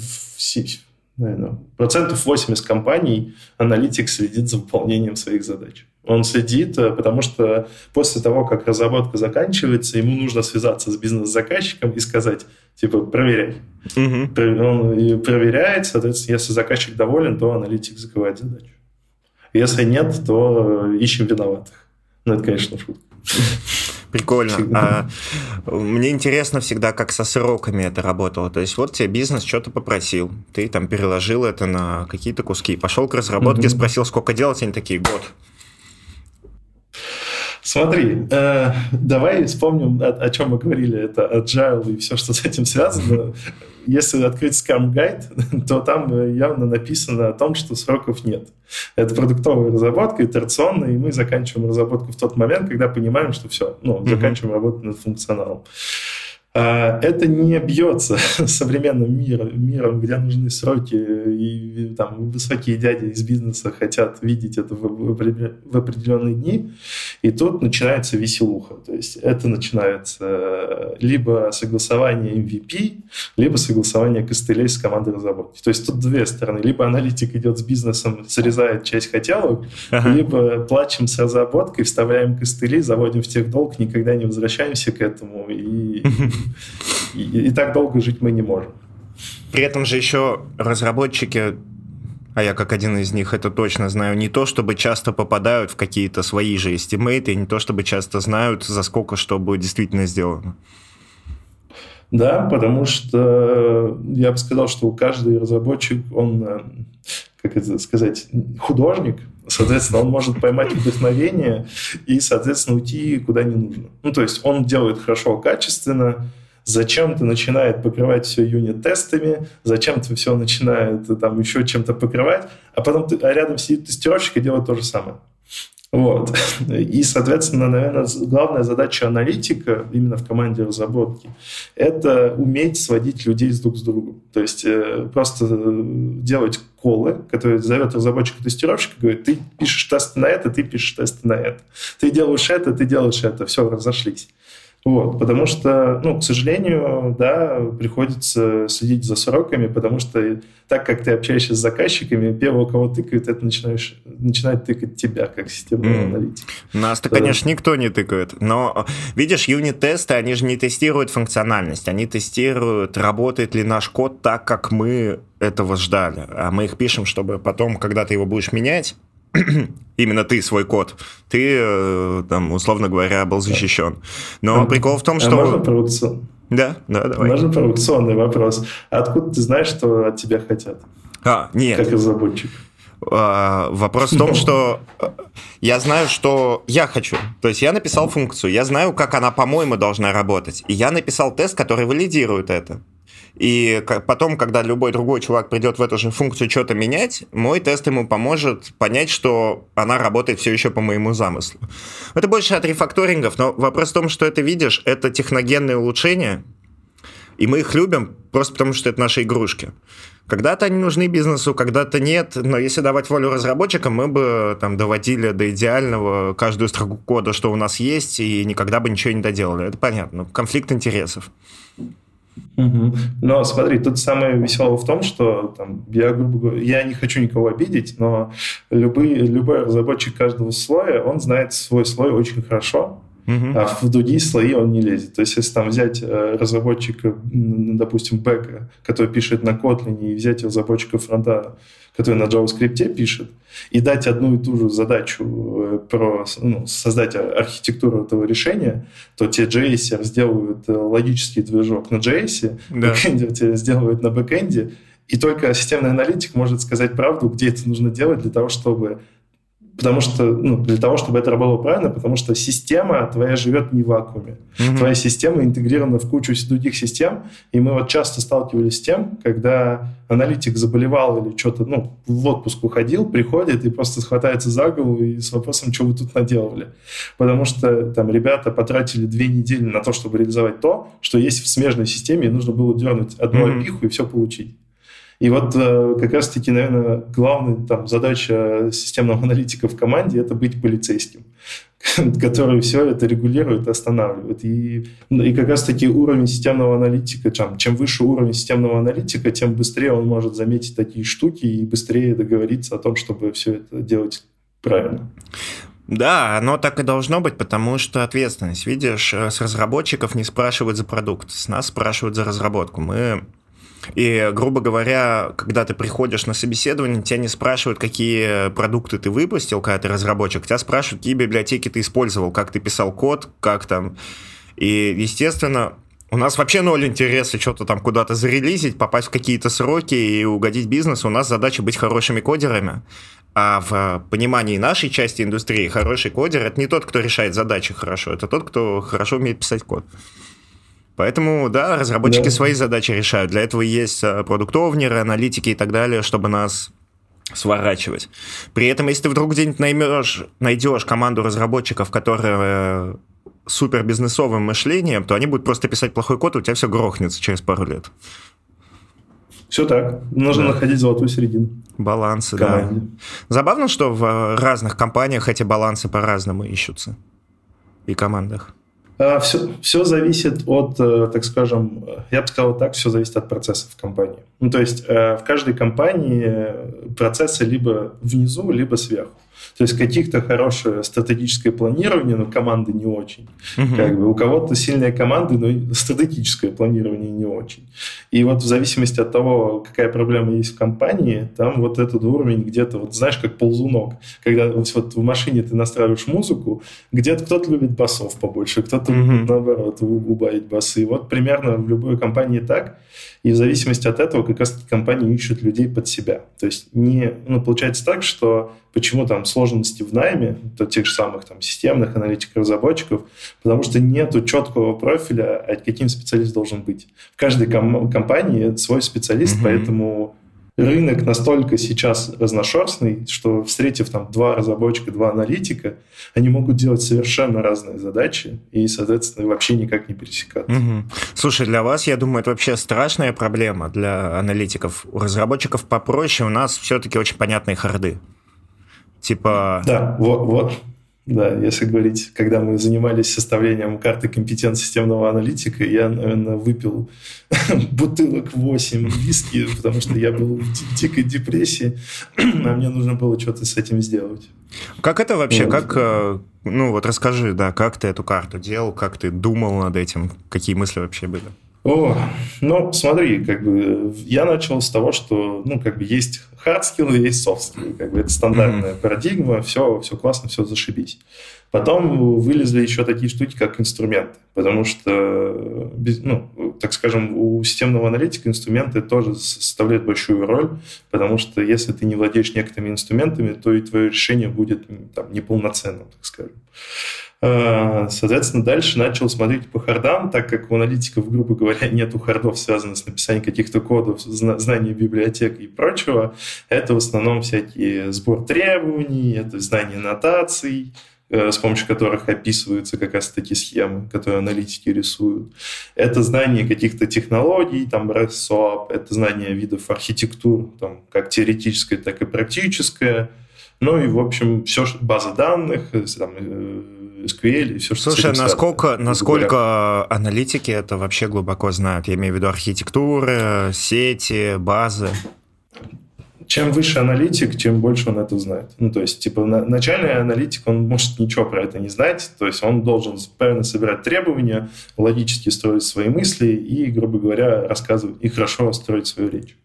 наверное, 80% компаний аналитик следит за выполнением своих задач. Он следит, потому что после того, как разработка заканчивается, ему нужно связаться с бизнес-заказчиком и сказать, проверяй. Он проверяет, соответственно, если заказчик доволен, то аналитик закрывает задачу. Если нет, то ищем виноватых. Это, конечно, шутка. Прикольно. Мне интересно всегда, как со сроками это работало. То есть вот тебе бизнес что-то попросил, ты переложил это на какие-то куски, пошел к разработке, спросил, сколько делать, они такие, год. Смотри, давай вспомним, о чем мы говорили. Это agile и все, что с этим связано. Если открыть Scrum Guide, то там явно написано о том, что сроков нет. Это продуктовая разработка, итерационная, и мы заканчиваем разработку в тот момент, когда понимаем, что все, заканчиваем работу над функционалом. Это не бьется с современным миром, где нужны сроки, и высокие дяди из бизнеса хотят видеть это в определенные дни. И тут начинается веселуха. То есть это начинается либо согласование MVP, либо согласование костылей с командой разработки. То есть тут две стороны. Либо аналитик идет с бизнесом, срезает часть хотелок, либо плачем с разработкой, вставляем костыли, заводим в техдолг, никогда не возвращаемся к этому, и так долго жить мы не можем. При этом же еще разработчики, а я как один из них это точно знаю, не то чтобы часто попадают в какие-то свои же эстимейты, не то чтобы часто знают, за сколько что будет действительно сделано. Да, потому что я бы сказал, что каждый разработчик, он, как это сказать, художник, соответственно, он может поймать вдохновение и, соответственно, уйти куда не нужно. То есть он делает хорошо, качественно, зачем-то начинает покрывать все юнит-тестами, зачем-то все начинает еще чем-то покрывать, а потом рядом сидит тестировщик и делает то же самое. Вот. И, соответственно, наверное, главная задача аналитика именно в команде разработки – это уметь сводить людей друг с другом. То есть просто делать колы, которые зовет разработчик и тестировщик, и говорит, ты пишешь тесты на это, ты пишешь тесты на это. Ты делаешь это, все, разошлись. Вот, потому что, к сожалению, да, приходится следить за сроками, потому что так как ты общаешься с заказчиками, первого, кого тыкает, это начинает тыкать тебя, как системного аналитика. Нас-то, конечно, никто не тыкает, но, видишь, юнит-тесты, они же не тестируют функциональность, они тестируют, работает ли наш код так, как мы этого ждали, а мы их пишем, чтобы потом, когда ты его будешь менять, именно ты, свой код, ты, там, условно говоря, был защищен. Но прикол в том, что... Можно провокационный? Да, давай. Можно провокационный вопрос. Откуда ты знаешь, что от тебя хотят? Нет. Как разработчик. Вопрос в том, что я знаю, что я хочу. То есть я написал функцию, я знаю, как она, по-моему, должна работать. И я написал тест, который валидирует это. И потом, когда любой другой чувак придет в эту же функцию что-то менять, мой тест ему поможет понять, что она работает все еще по моему замыслу. Это больше от рефакторингов, но вопрос в том, что это, видишь, это техногенные улучшения, и мы их любим просто потому, что это наши игрушки. Когда-то они нужны бизнесу, когда-то нет, но если давать волю разработчикам, мы бы там доводили до идеального каждую строку кода, что у нас есть, и никогда бы ничего не доделали. Это понятно. Конфликт интересов. Угу. Но смотри, тут самое веселое в том, что там, грубо говоря, я не хочу никого обидеть, но любой разработчик каждого слоя, он знает свой слой очень хорошо, а в другие слои он не лезет. То есть, если там взять разработчика, допустим, бэка, который пишет на Kotlin, и взять разработчика фронта, который на JavaScript пишет, и дать одну и ту же задачу про создать архитектуру этого решения, то те JS сделают логический движок на JS, бэкэндер тебе сделают на бэкэнде, и только системный аналитик может сказать правду, где это нужно делать для того, чтобы это работало правильно, потому что система твоя живет не в вакууме. Твоя система интегрирована в кучу других систем, и мы вот часто сталкивались с тем, когда аналитик заболевал или что-то, в отпуск уходил, приходит и просто хватается за голову и с вопросом, что вы тут наделали. Потому что там ребята потратили 2 недели на то, чтобы реализовать то, что есть в смежной системе, и нужно было дернуть одну опиху и все получить. И вот как раз-таки, наверное, главная задача системного аналитика в команде – это быть полицейским, который все это регулирует и останавливает. И как раз-таки уровень системного аналитика, чем выше уровень системного аналитика, тем быстрее он может заметить такие штуки и быстрее договориться о том, чтобы все это делать правильно. Да, оно так и должно быть, потому что ответственность. Видишь, с разработчиков не спрашивают за продукт, с нас спрашивают за разработку. И, грубо говоря, когда ты приходишь на собеседование, тебя не спрашивают, какие продукты ты выпустил, когда ты разработчик, тебя спрашивают, какие библиотеки ты использовал, как ты писал код, как там. И, естественно, у нас вообще ноль интереса что-то там куда-то зарелизить, попасть в какие-то сроки и угодить бизнесу. У нас задача быть хорошими кодерами. А в понимании нашей части индустрии хороший кодер – это не тот, кто решает задачи хорошо, это тот, кто хорошо умеет писать код. Поэтому, да, разработчики свои задачи решают. Для этого есть продукт-овнеры, аналитики и так далее, чтобы нас сворачивать. При этом, если ты вдруг где-нибудь найдешь команду разработчиков, которые супер бизнесовым мышлением, то они будут просто писать плохой код, и у тебя все грохнется через пару лет. Все так. Нужно находить золотую середину. Балансы, да. Забавно, что в разных компаниях эти балансы по-разному ищутся. И командах. Все зависит от, так скажем, я бы сказал так, все зависит от процессов в компании. То есть в каждой компании процессы либо внизу, либо сверху. То есть каких-то хорошее стратегическое планирование, но команды не очень. У кого-то сильные команды, но стратегическое планирование не очень. И вот в зависимости от того, какая проблема есть в компании, там вот этот уровень где-то, знаешь, как ползунок. Когда вот в машине ты настраиваешь музыку, где-то кто-то любит басов побольше, кто-то любит, наоборот, убавить басы. И вот примерно в любой компании так. И в зависимости от этого как раз компании ищут людей под себя. То есть получается так, что почему там сложности в найме тех же самых там системных аналитиков, разработчиков, потому что нету четкого профиля, каким специалист должен быть. В каждой компании свой специалист, поэтому рынок настолько сейчас разношерстный, что встретив там 2 разработчика, 2 аналитика, они могут делать совершенно разные задачи и, соответственно, вообще никак не пересекаться. Слушай, для вас, я думаю, это вообще страшная проблема для аналитиков. У разработчиков попроще, у нас все-таки очень понятные харды. Типа... Да, вот. Да, если говорить, когда мы занимались составлением карты компетенции системного аналитика, я, наверное, выпил бутылок 8 виски, потому что я был в дикой депрессии, а мне нужно было что-то с этим сделать. Как это вообще, расскажи, да, как ты эту карту делал, как ты думал над этим, какие мысли вообще были? Смотри, я начал с того, что, есть hard skills и есть soft skills, это стандартная парадигма, все классно, все зашибись. Потом вылезли еще такие штуки, как инструменты, потому что, так скажем, у системного аналитика инструменты тоже составляют большую роль, потому что если ты не владеешь некоторыми инструментами, то и твое решение будет неполноценным, так скажем. Соответственно, дальше начал смотреть по хардам, так как у аналитиков, грубо говоря, нету хардов, связанных с написанием каких-то кодов, знаний библиотек и прочего. Это в основном всякие сбор требований, это знание нотаций, с помощью которых описываются как раз такие схемы, которые аналитики рисуют. Это знание каких-то технологий, REST, это знание видов архитектур, как теоретическое, так и практическое. И, в общем, все, база данных, SQL и все, что Слушай, насколько аналитики это вообще глубоко знают? Я имею в виду архитектуры, сети, базы. Чем выше аналитик, тем больше он это знает. Начальный аналитик, он может ничего про это не знать, то есть он должен правильно собирать требования, логически строить свои мысли и, грубо говоря, рассказывать и хорошо строить свою речь.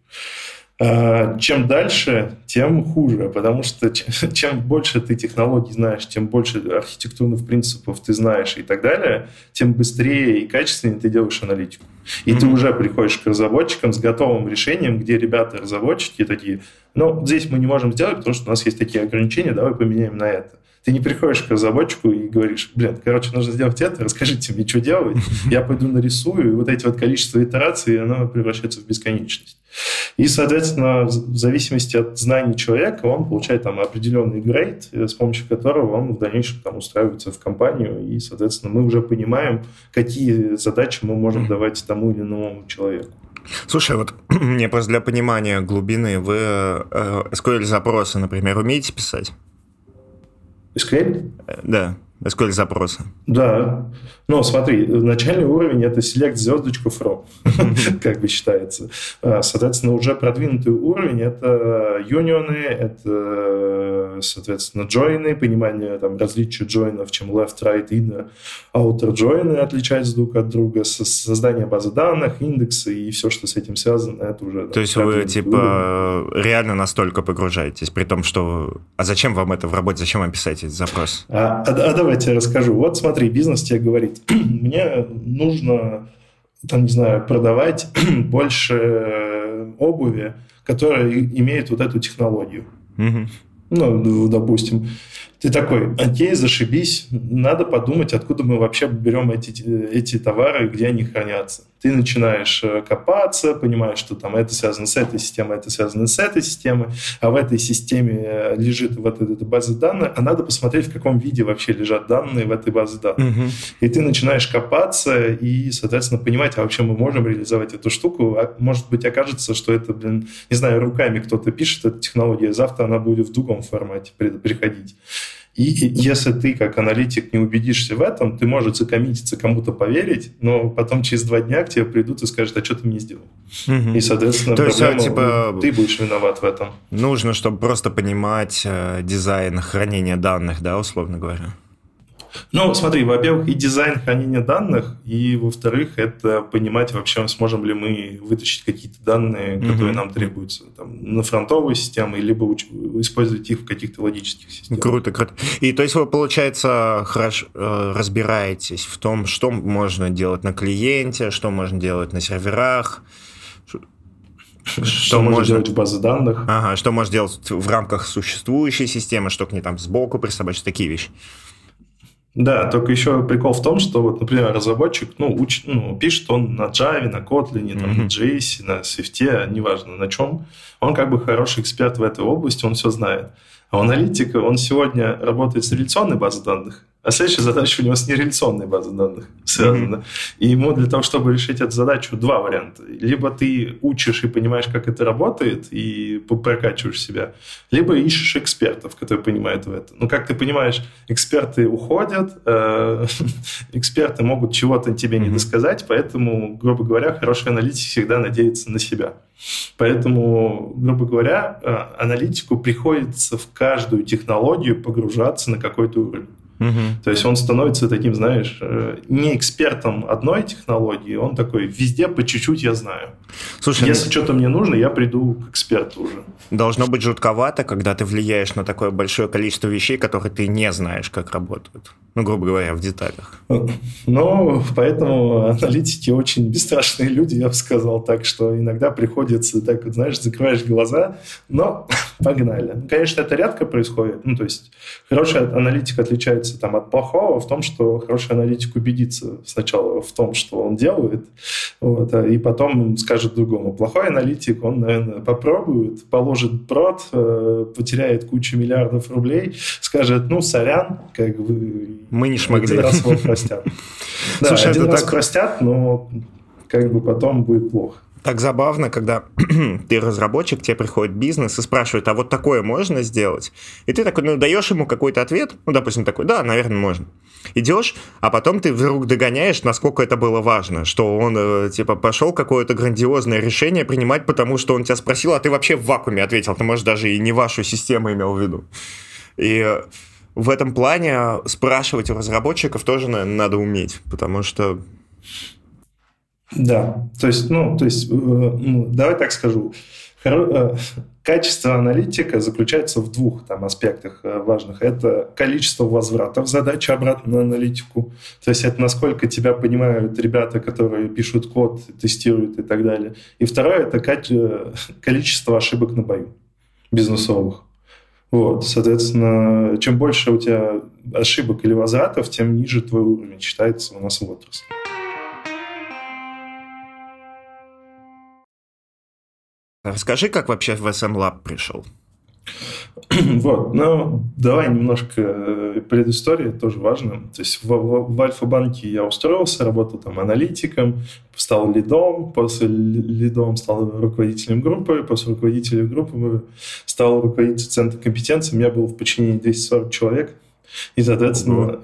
Чем дальше, тем хуже, потому что чем больше ты технологий знаешь, тем больше архитектурных принципов ты знаешь и так далее, тем быстрее и качественнее ты делаешь аналитику. И ты уже приходишь к разработчикам с готовым решением, где ребята-разработчики такие, здесь мы не можем сделать, потому что у нас есть такие ограничения, давай поменяем на это. Ты не приходишь к разработчику и говоришь, нужно сделать это, расскажите мне, что делать, я пойду нарисую, и вот эти количество итераций, оно превращается в бесконечность. И, соответственно, в зависимости от знаний человека, он получает определенный грейд, с помощью которого он в дальнейшем устраивается в компанию, и, соответственно, мы уже понимаем, какие задачи мы можем давать тому или иному человеку. Слушай, мне просто для понимания глубины, вы SQL-запросы, например, умеете писать? SQL? Да, SQL-запросы. Да. Смотри, начальный уровень — это select звездочку from, как бы считается. Соответственно, уже продвинутый уровень — это юнионы, это, соответственно, джойны, понимание различия джойнов, чем left, right, inner, outer джойны отличаются друг от друга, создание базы данных, индексы и все, что с этим связано, это уже... То есть вы, реально настолько погружаетесь, при том, что... А зачем вам это в работе, зачем вам писать этот запрос? Давайте я расскажу. Смотри, бизнес тебе говорит, мне нужно, продавать больше обуви, которая имеет эту технологию. Допустим, ты такой, окей, зашибись, надо подумать, откуда мы вообще берем эти товары, где они хранятся. Ты начинаешь копаться, понимаешь, что это связано с этой системой, это связано с этой системой, а в этой системе лежит эта база данных, а надо посмотреть, в каком виде вообще лежат данные в этой базе данных. И ты начинаешь копаться и, соответственно, понимать, а вообще мы можем реализовать эту штуку. Может быть, окажется, что это, руками кто-то пишет эту технологию, а завтра она будет в другом формате приходить. И если ты, как аналитик, не убедишься в этом, ты можешь закоммититься, кому-то поверить, но потом через 2 дня к тебе придут и скажут, а что ты мне сделал? И, соответственно, ты будешь виноват в этом. Нужно, чтобы просто понимать дизайн хранения данных, да, условно говоря? Смотри, во-первых, и дизайн хранения данных, и, во-вторых, это понимать вообще, сможем ли мы вытащить какие-то данные, которые нам требуются на фронтовые системы, либо использовать их в каких-то логических системах. Круто. И то есть вы, получается, хорошо разбираетесь в том, что можно делать на клиенте, что можно делать на серверах, что можно делать в базе данных. Ага, что можно делать в рамках существующей системы, что к ней сбоку присобачить, такие вещи. Да, только еще прикол в том, что, например, разработчик, пишет он на Java, на Kotlin, на JS, на Swift, неважно на чем. Он хороший эксперт в этой области, он все знает. А у аналитика, он сегодня работает с реляционной базой данных, а следующая задача у него с нереляционной базой данных связана. И ему для того, чтобы решить эту задачу, два варианта. Либо ты учишь и понимаешь, как это работает, и прокачиваешь себя, либо ищешь экспертов, которые понимают в этом. Но, как ты понимаешь, эксперты уходят, эксперты могут чего-то тебе не досказать, поэтому, грубо говоря, хороший аналитик всегда надеется на себя. Поэтому, грубо говоря, аналитику приходится в каждую технологию погружаться на какой-то уровень. То есть он становится таким, знаешь, не экспертом одной технологии, он такой, везде по чуть-чуть я знаю. Слушай, если что-то мне нужно, я приду к эксперту уже. Должно быть жутковато, когда ты влияешь на такое большое количество вещей, которые ты не знаешь, как работают. Ну, грубо говоря, в деталях. Ну, поэтому аналитики очень бесстрашные люди, я бы сказал так, что иногда приходится, так вот, знаешь, закрываешь глаза, но погнали. Конечно, это редко происходит. Ну, то есть хороший аналитик отличается там от плохого в том, что хороший аналитик убедится сначала в том, что он делает, вот, и потом скажет другому. Плохой аналитик, он, наверное, попробует, положит прод, потеряет кучу миллиардов рублей, скажет, ну, сорян, как бы... Мы не смогли. Один раз его простят. Да, один раз простят, но как бы потом будет плохо. Так забавно, когда ты разработчик, тебе приходит бизнес и спрашивает, а вот такое можно сделать? И ты такой, ну, даешь ему какой-то ответ, ну, допустим, такой, да, наверное, можно. Идешь, а потом ты вдруг догоняешь, насколько это было важно, что он, типа, пошел какое-то грандиозное решение принимать, потому что он тебя спросил, а ты вообще в вакууме ответил, ты, может, даже и не вашу систему имел в виду. И в этом плане спрашивать у разработчиков тоже, наверное, надо уметь, потому что... Да, то есть, давай так скажу. Качество аналитика заключается в двух там аспектах важных. Это количество возвратов задачи обратно на аналитику. То есть это насколько тебя понимают ребята, которые пишут код, тестируют и так далее. И второе – это количество ошибок на бою бизнесовых. Вот, соответственно, чем больше у тебя ошибок или возвратов, тем ниже твой уровень считается у нас в отрасли. Расскажи, как вообще в SM Lab пришел. Вот, ну, давай немножко предыстории, тоже важно. То есть в Альфа-банке я устроился, работал там аналитиком, стал лидом, после лидом стал руководителем группы, после руководителя группы стал руководителем центра компетенции, у меня было в подчинении 240 человек, и, соответственно,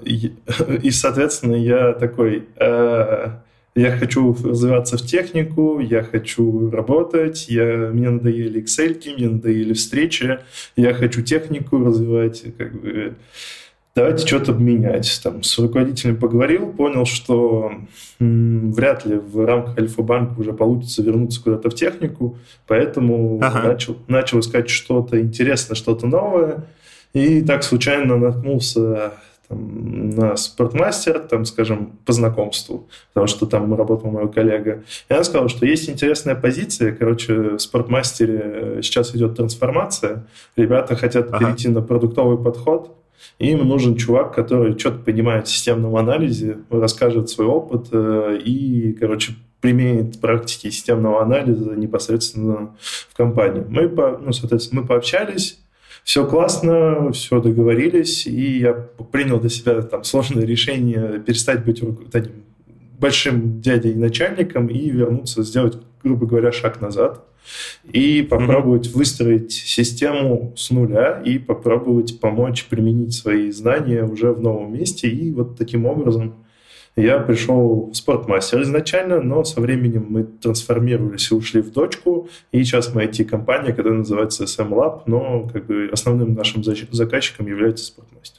я такой... Я хочу развиваться в технику, я хочу работать, мне надоели Excel-ки, мне надоели встречи, я хочу технику развивать, как бы, давайте что-то менять. Там, с руководителем поговорил, понял, что вряд ли в рамках Альфа-банка уже получится вернуться куда-то в технику, поэтому начал искать что-то интересное, что-то новое, и так случайно наткнулся... на Спортмастер, там, скажем, по знакомству, потому что там работал мой коллега. И она сказала, что есть интересная позиция, короче, в Спортмастере сейчас идет трансформация, ребята хотят перейти на продуктовый подход, и им нужен чувак, который что-то понимает в системном анализе, расскажет свой опыт и, короче, применит практики системного анализа непосредственно в компании. Мы пообщались, все классно, все договорились, и я принял для себя там сложное решение перестать быть таким большим дядей и начальником и вернуться, сделать, грубо говоря, шаг назад и попробовать выстроить систему с нуля и попробовать помочь применить свои знания уже в новом месте. И вот таким образом я пришел в Спортмастер изначально, но со временем мы трансформировались и ушли в дочку. И сейчас мы IT-компания, которая называется SM Lab, но как бы основным нашим заказчиком является Спортмастер.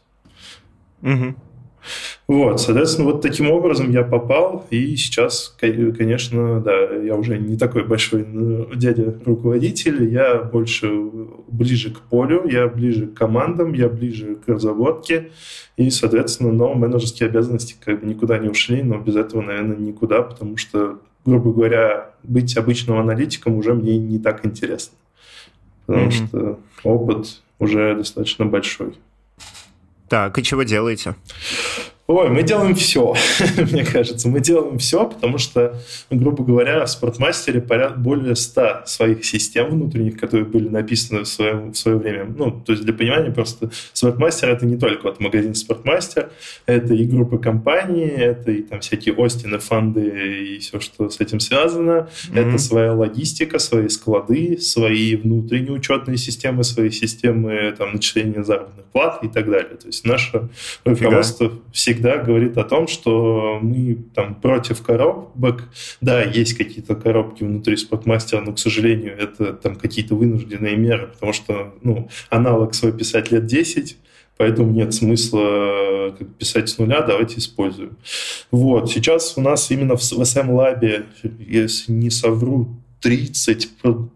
Вот, соответственно, вот таким образом я попал, и сейчас, конечно, да, я уже не такой большой дядя-руководитель, я больше ближе к полю, я ближе к командам, я ближе к разработке, и, соответственно, но менеджерские обязанности как бы никуда не ушли, но без этого, наверное, никуда, потому что, грубо говоря, быть обычным аналитиком уже мне не так интересно, потому что опыт уже достаточно большой. Так, и чего делаете? Ой, мы делаем все, мне кажется. Мы делаем все, потому что, грубо говоря, в Спортмастере более 100 своих систем внутренних, которые были написаны в свое время. Ну, то есть для понимания просто Спортмастер — это не только вот магазин Спортмастер, это и группа компаний, это и там всякие Остины, фанды и все, что с этим связано. Это своя логистика, свои склады, свои внутренние учетные системы, свои системы там, начисления заработных плат и так далее. То есть наше руководство всегда говорит о том, что мы там против коробок. Да, есть какие-то коробки внутри Спортмастера, но, к сожалению, это там какие-то вынужденные меры, потому что аналог свой писать лет 10, поэтому нет смысла писать с нуля, давайте используем. Вот, сейчас у нас именно в SM Lab, если не совру, 30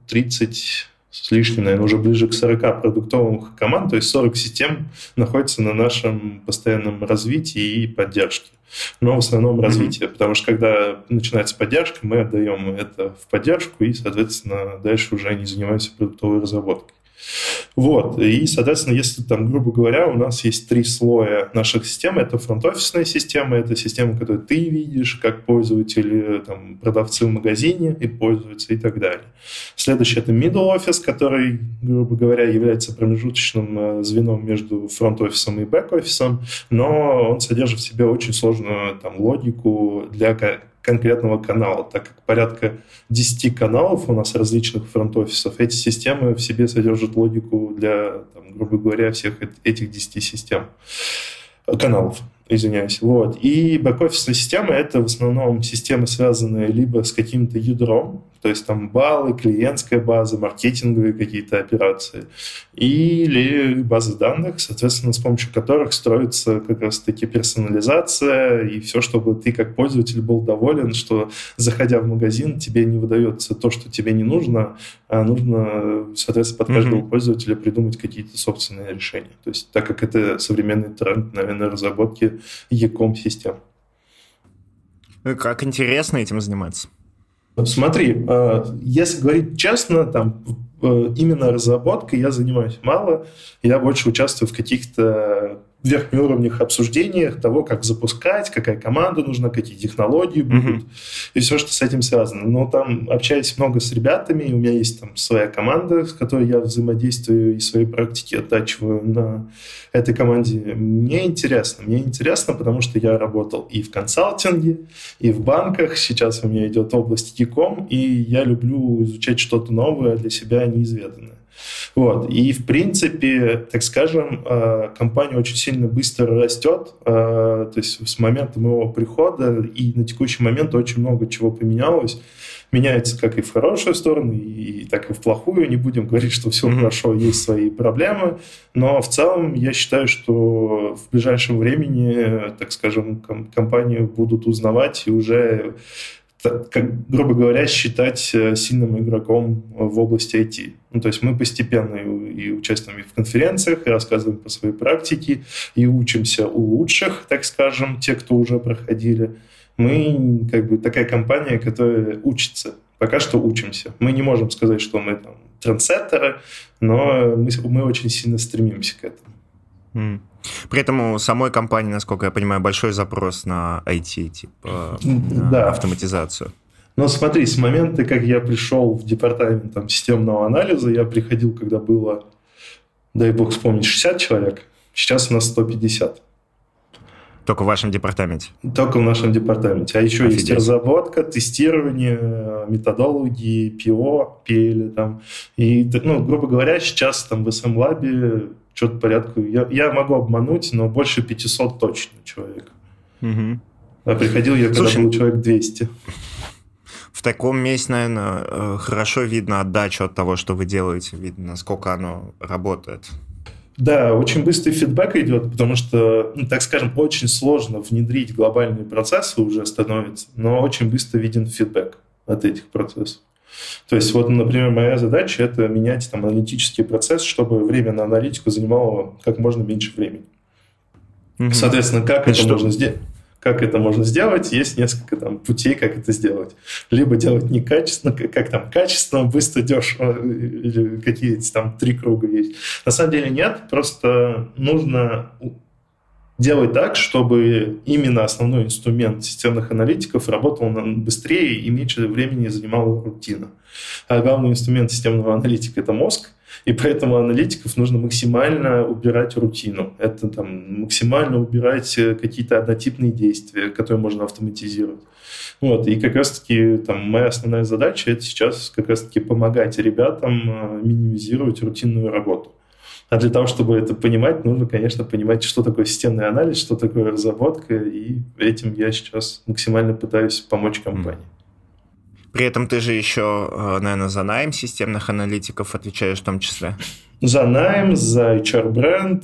с лишним, наверное, уже ближе к 40 продуктовых команд, то есть 40 систем находятся на нашем постоянном развитии и поддержке. Но в основном развитие, потому что когда начинается поддержка, мы отдаем это в поддержку и, соответственно, дальше уже не занимаемся продуктовой разработкой. Вот, и, соответственно, если там, грубо говоря, у нас есть 3 слоя наших систем, это фронт-офисная система, это система, которую ты видишь как пользователь, там, продавцы в магазине и пользуются и так далее. Следующий — это middle office, который, грубо говоря, является промежуточным звеном между фронт-офисом и бэк-офисом, но он содержит в себе очень сложную там логику для конкретного канала, так как порядка 10 каналов у нас различных фронт-офисов, эти системы в себе содержат логику для, там, грубо говоря, всех этих 10 каналов. Извиняюсь. Вот. И бэк-офисная система — это в основном системы, связанные либо с каким-то ядром, то есть там баллы, клиентская база, маркетинговые какие-то операции, или базы данных, соответственно, с помощью которых строится как раз-таки персонализация и все, чтобы ты как пользователь был доволен, что, заходя в магазин, тебе не выдается то, что тебе не нужно, а нужно, соответственно, под каждого пользователя придумать какие-то собственные решения. То есть так как это современный тренд, наверное, разработки e-com-систем. Как интересно этим заниматься. Смотри, если говорить честно, там именно разработкой я занимаюсь мало. Я больше участвую в каких-то верхнеуровневых обсуждениях того, как запускать, какая команда нужна, какие технологии будут, и все, что с этим связано. Но там общаюсь много с ребятами, и у меня есть там своя команда, с которой я взаимодействую и свои практики оттачиваю на этой команде. Мне интересно, потому что я работал и в консалтинге, и в банках. Сейчас у меня идет область e-com, и я люблю изучать что-то новое, для себя неизведанное. Вот. И, в принципе, так скажем, компания очень сильно быстро растет. То есть с момента моего прихода и на текущий момент очень много чего поменялось. Меняется как и в хорошую сторону, и так и в плохую. Не будем говорить, что все хорошо, есть свои проблемы. Но в целом я считаю, что в ближайшем времени, так скажем, компанию будут узнавать и уже, как, грубо говоря, считать сильным игроком в области IT. Ну, то есть мы постепенно и участвуем и в конференциях, и рассказываем по своей практике, и учимся у лучших, так скажем, те, кто уже проходили. Мы как бы такая компания, которая учится. Пока что учимся. Мы не можем сказать, что мы там трендсеттеры, но мы очень сильно стремимся к этому. При этом у самой компании, насколько я понимаю, большой запрос на IT, типа на автоматизацию. Но смотри, с момента, как я пришел в департамент там, системного анализа, я приходил, когда было, дай бог вспомнить, 60 человек. Сейчас у нас 150. Только в вашем департаменте? Только в нашем департаменте. А еще есть разработка, тестирование, методологии, PO, PL. Там. И, грубо говоря, сейчас там в SM Lab что-то порядку... Я могу обмануть, но больше 500 точно человек. А приходил я, когда был человек 200. В таком месте, наверное, хорошо видно отдачу от того, что вы делаете. Видно, насколько оно работает. Да, очень быстрый фидбэк идет, потому что, так скажем, очень сложно внедрить глобальные процессы уже становится, но очень быстро виден фидбэк от этих процессов. То есть, вот, например, моя задача – это менять там, аналитический процесс, чтобы время на аналитику занимало как можно меньше времени. Соответственно, как это можно сделать? Есть несколько там, путей, как это сделать. Либо делать некачественно, качественно, быстро, дешево, или какие-то там 3 круга есть. На самом деле нет, просто нужно делать так, чтобы именно основной инструмент системных аналитиков работал быстрее и меньше времени занимала рутина. А главный инструмент системного аналитика – это мозг, и поэтому аналитиков нужно максимально убирать рутину. Это там, максимально убирать какие-то однотипные действия, которые можно автоматизировать. Вот. И как раз-таки там, моя основная задача – это сейчас как раз-таки помогать ребятам минимизировать рутинную работу. А для того, чтобы это понимать, нужно, конечно, понимать, что такое системный анализ, что такое разработка, и этим я сейчас максимально пытаюсь помочь компании. При этом ты же еще, наверное, за найм системных аналитиков отвечаешь в том числе. За найм, за HR-бренд,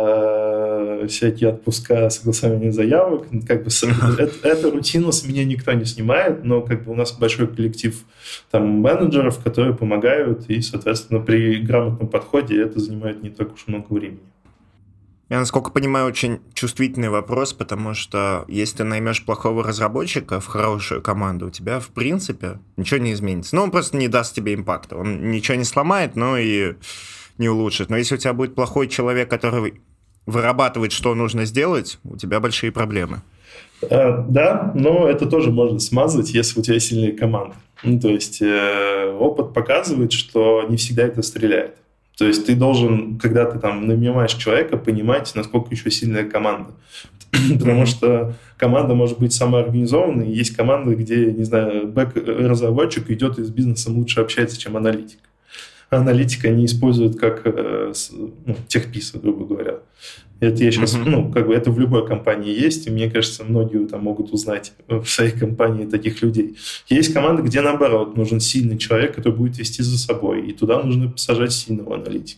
за всякие отпуска, согласование заявок. Как бы эту рутину с меня никто не снимает, но как бы у нас большой коллектив там, менеджеров, которые помогают, и, соответственно, при грамотном подходе это занимает не так уж много времени. Я, насколько понимаю, очень чувствительный вопрос, потому что если ты наймешь плохого разработчика в хорошую команду, у тебя, в принципе, ничего не изменится. Ну, он просто не даст тебе импакта. Он ничего не сломает, но и не улучшит. Но если у тебя будет плохой человек, который вырабатывает, что нужно сделать, у тебя большие проблемы. Да, но это тоже можно смазать, если у тебя сильная команда. Ну, то есть опыт показывает, что не всегда это стреляет. То есть ты должен, когда ты там нанимаешь человека, понимать, насколько еще сильная команда. Потому что команда может быть самоорганизованной. Есть команды, где, не знаю, бэк-разработчик идет из бизнеса лучше общается, чем аналитик. Аналитика они используют как техписы, грубо говоря. Это я сейчас, это в любой компании есть, и мне кажется, многие там могут узнать в своей компании таких людей. Есть команды, где наоборот, нужен сильный человек, который будет вести за собой, и туда нужно сажать сильного аналитика.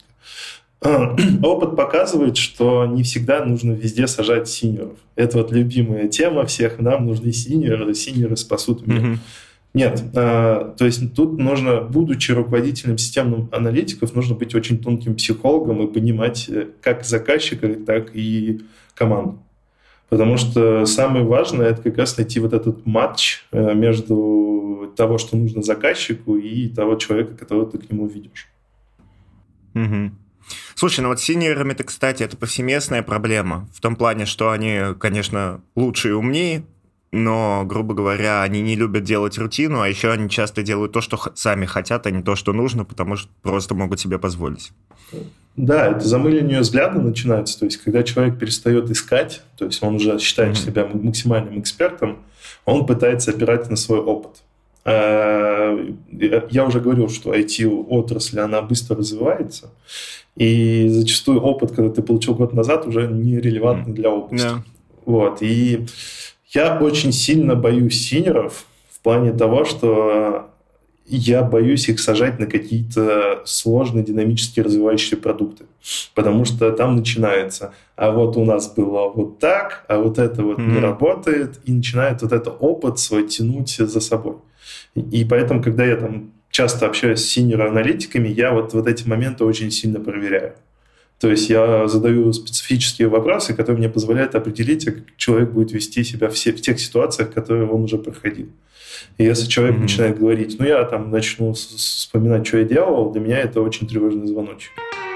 Опыт показывает, что не всегда нужно везде сажать синьоров. Это вот любимая тема всех, нам нужны синьоры спасут мир. Нет, то есть тут нужно, будучи руководителем системных аналитиков, нужно быть очень тонким психологом и понимать как заказчика, так и команду. Потому что самое важное – это как раз найти вот этот матч между того, что нужно заказчику, и того человека, которого ты к нему ведешь. Угу. Слушай, ну вот с синьорами, это, кстати, это повсеместная проблема. В том плане, что они, конечно, лучше и умнее, но, грубо говоря, они не любят делать рутину, а еще они часто делают то, что сами хотят, а не то, что нужно, потому что просто могут себе позволить. Да, это замыливание взгляда начинается. То есть, когда человек перестает искать, то есть он уже считает себя максимальным экспертом, он пытается опирать на свой опыт. Я уже говорил, что IT-отрасль, она быстро развивается, и зачастую опыт, когда ты получил год назад, уже не релевантный для области. Вот. И я очень сильно боюсь синьоров в плане того, что я боюсь их сажать на какие-то сложные, динамически развивающиеся продукты. Потому что там начинается, а вот у нас было вот так, а вот это вот не работает, и начинает вот этот опыт свой тянуть за собой. И поэтому, когда я там часто общаюсь с синьор-аналитиками, я вот эти моменты очень сильно проверяю. То есть я задаю специфические вопросы, которые мне позволяют определить, как человек будет вести себя в тех ситуациях, которые он уже проходил. И если человек начинает говорить, я там начну вспоминать, что я делал, для меня это очень тревожный звоночек.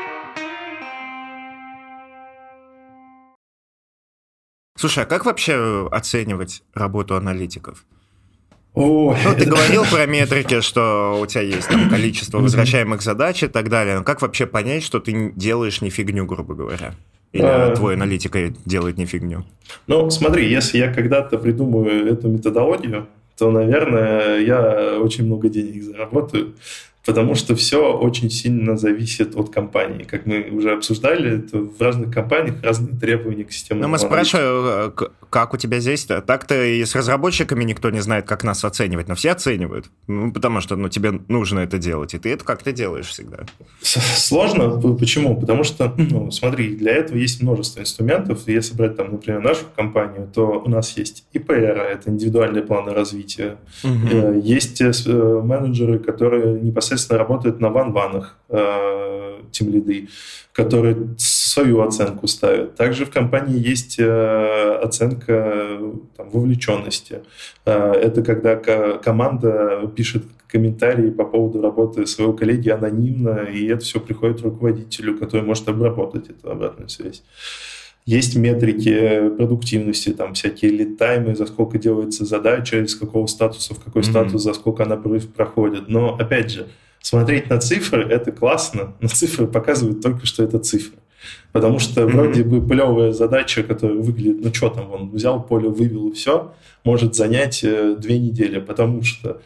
Слушай, а как вообще оценивать работу аналитиков? Ты говорил про метрики, что у тебя есть там количество возвращаемых задач и так далее. Но как вообще понять, что ты делаешь не фигню, грубо говоря? Или твой аналитик делает не фигню? Смотри, если я когда-то придумаю эту методологию, то, наверное, я очень много денег заработаю, потому что все очень сильно зависит от компании. Как мы уже обсуждали, то в разных компаниях разные требования к системному аналитику. Мы спрашиваем, как у тебя здесь-то? Так-то и с разработчиками никто не знает, как нас оценивать, но все оценивают. Потому что тебе нужно это делать, и ты это как-то делаешь всегда. Сложно. Почему? Потому что, смотри, для этого есть множество инструментов. Если брать, там, например, нашу компанию, то у нас есть ИПР, это индивидуальные планы развития. Есть менеджеры, которые непосредственно работают на ван-ванах, тимлиды, которые свою оценку ставят. Также в компании есть оценка вовлеченности. Это когда команда пишет комментарии по поводу работы своего коллеги анонимно, и это все приходит руководителю, который может обработать эту обратную связь. Есть метрики продуктивности, там всякие лид-таймы, за сколько делается задача, из какого статуса в какой статус, за сколько она проходит. Но, опять же, смотреть на цифры – это классно, но цифры показывают только, что это цифры. Потому что вроде бы плевая задача, которая выглядит, ну что там, он взял поле, вывел и все, может занять 2 недели, потому что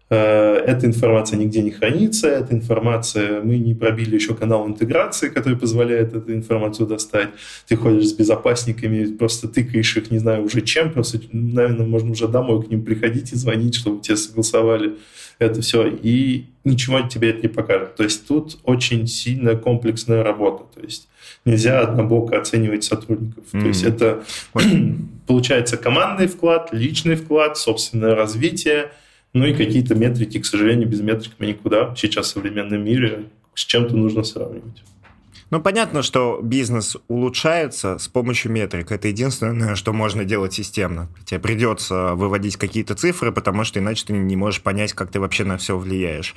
эта информация нигде не хранится, эта информация, мы не пробили еще канал интеграции, который позволяет эту информацию достать. Ты ходишь с безопасниками, просто тыкаешь их, не знаю уже чем, просто, наверное, можно уже домой к ним приходить и звонить, чтобы тебе согласовали это все, и ничего тебе это не покажет. То есть тут очень сильная комплексная работа. То есть нельзя однобоко оценивать сотрудников. То есть это получается командный вклад, личный вклад, собственное развитие, ну и какие-то метрики. К сожалению, без метрик мы никуда сейчас в современном мире, с чем-то нужно сравнивать. Ну, понятно, что бизнес улучшается с помощью метрик. Это единственное, что можно делать системно. Тебе придется выводить какие-то цифры, потому что иначе ты не можешь понять, как ты вообще на все влияешь.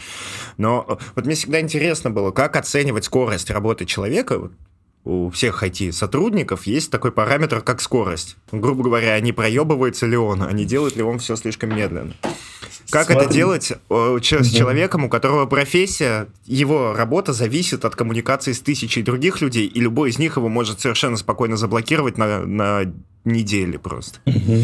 Но вот мне всегда интересно было, как оценивать скорость работы человека. У всех IT-сотрудников есть такой параметр, как скорость. Грубо говоря, не проебывается ли он, а не делает ли он все слишком медленно. Как это делать с человеком, у которого профессия, его работа зависит от коммуникации с тысячей других людей, и любой из них его может совершенно спокойно заблокировать на неделе просто?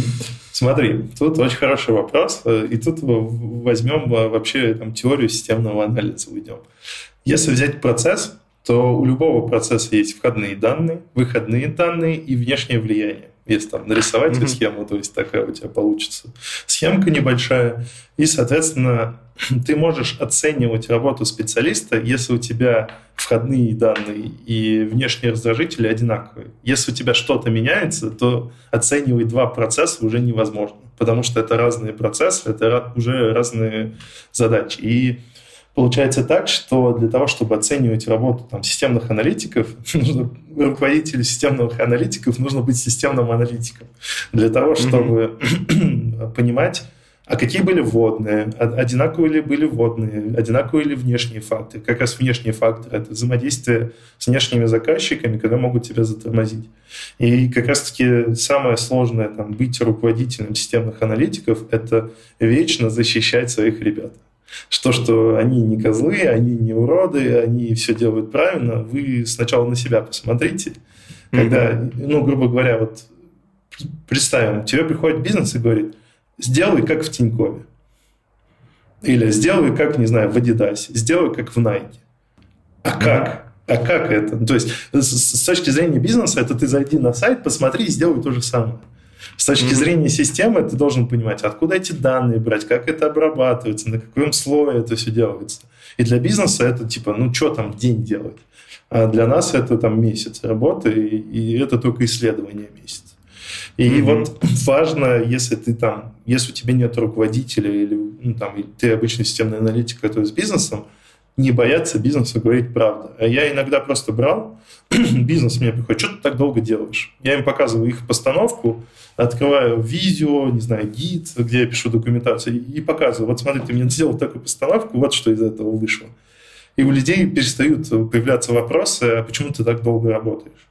Смотри, тут очень хороший вопрос, и тут возьмем вообще теорию системного анализа, уйдем. Если взять процесс, то у любого процесса есть входные данные, выходные данные и внешнее влияние. Если там нарисовать схему, то есть такая у тебя получится схемка небольшая, и, соответственно, ты можешь оценивать работу специалиста, если у тебя входные данные и внешние раздражители одинаковые. Если у тебя что-то меняется, то оценивать 2 процесса уже невозможно, потому что это разные процессы, это уже разные задачи. И получается так, что для того, чтобы оценивать работу системных аналитиков, руководителю системных аналитиков нужно быть системным аналитиком. Для того, чтобы понимать, а какие были вводные, одинаковые ли были вводные, одинаковые ли внешние факторы. Как раз внешние факторы – это взаимодействие с внешними заказчиками, которые могут тебя затормозить. И как раз-таки самое сложное быть руководителем системных аналитиков – это вечно защищать своих ребят. Что они не козлы, они не уроды, они все делают правильно. Вы сначала на себя посмотрите. Когда, грубо говоря, вот представим, тебе приходит бизнес и говорит, сделай как в Тинькове. Или сделай как, не знаю, в Адидасе. Сделай как в Найке. А как? А как это? То есть с точки зрения бизнеса, это ты зайди на сайт, посмотри и сделай то же самое. С точки зрения системы ты должен понимать, откуда эти данные брать, как это обрабатывается, на каком слое это все делается. И для бизнеса это что там день делать. А для нас это месяц работы, и это только исследование месяца. И вот важно, если если у тебя нет руководителя или ты обычный системный аналитик, который с бизнесом, не бояться бизнесу говорить правду. А я иногда просто брал, бизнес мне приходит, что ты так долго делаешь? Я им показываю их постановку, открываю видео, не знаю, гид, где я пишу документацию, и показываю, вот смотри, ты мне сделал такую постановку, вот что из этого вышло. И у людей перестают появляться вопросы, а почему ты так долго работаешь?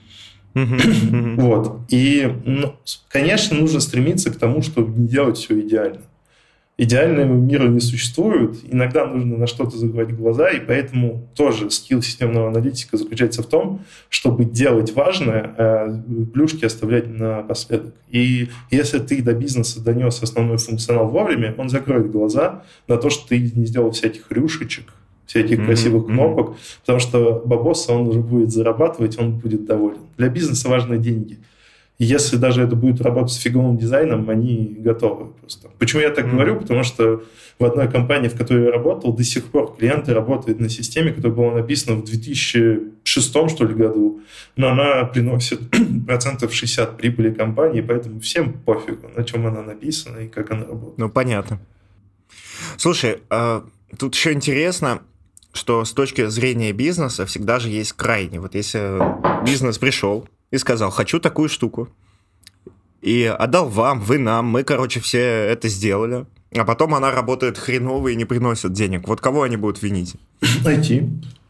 Вот. И, конечно, нужно стремиться к тому, чтобы не делать все идеально. Идеального мира не существует. Иногда нужно на что-то закрывать глаза, и поэтому тоже скилл системного аналитика заключается в том, чтобы делать важное, а плюшки оставлять напоследок. И если ты до бизнеса донес основной функционал вовремя, он закроет глаза на то, что ты не сделал всяких рюшечек, всяких красивых кнопок, потому что бабоса он уже будет зарабатывать, он будет доволен. Для бизнеса важны деньги. И если даже это будет работать с фиговым дизайном, они готовы просто. Почему я так говорю? Потому что в одной компании, в которой я работал, до сих пор клиенты работают на системе, которая была написана в 2006 что ли, году, но она приносит 60% прибыли компании, поэтому всем пофигу, на чем она написана и как она работает. Ну, понятно. Слушай, тут еще интересно, что с точки зрения бизнеса всегда же есть крайний. Вот если бизнес пришел и сказал, хочу такую штуку, и отдал вам, вы нам, мы, все это сделали, а потом она работает хреново и не приносит денег. Вот кого они будут винить? IT.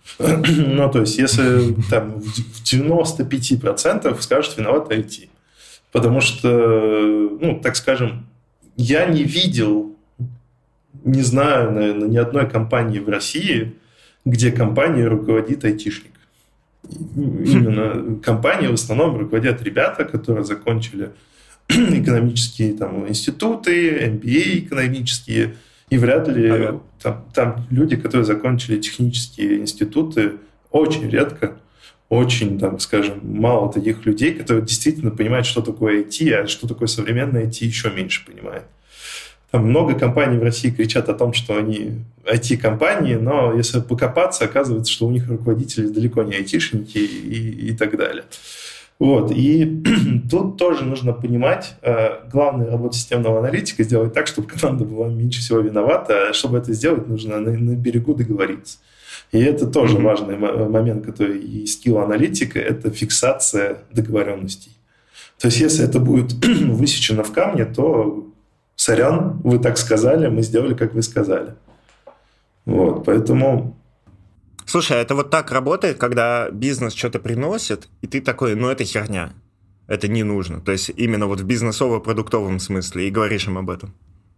Ну, то есть, если там в 95% скажут, виноват IT. Потому что, ну, так скажем, я не видел, не знаю, наверное, ни одной компании в России, где компанией руководит айтишник. Именно компании в основном руководят ребята, которые закончили экономические там, институты, MBA экономические, и вряд ли там люди, которые закончили технические институты, очень редко, очень, там, скажем, мало таких людей, которые действительно понимают, что такое IT, а что такое современное IT, еще меньше понимают. Там много компаний в России кричат о том, что они IT-компании, но если покопаться, оказывается, что у них руководители далеко не айтишники и так далее. Вот. И тут тоже нужно понимать, главная работа системного аналитика сделать так, чтобы команда была меньше всего виновата, а чтобы это сделать, нужно на берегу договориться. И это тоже важный момент, который и скилл аналитика, это фиксация договоренностей. То есть если это будет высечено в камне, то сорян, вы так сказали, мы сделали, как вы сказали. Вот, поэтому... Слушай, это вот так работает, когда бизнес что-то приносит, и ты такой, ну это херня, это не нужно. То есть именно вот в бизнесово-продуктовом смысле, и говоришь им об этом.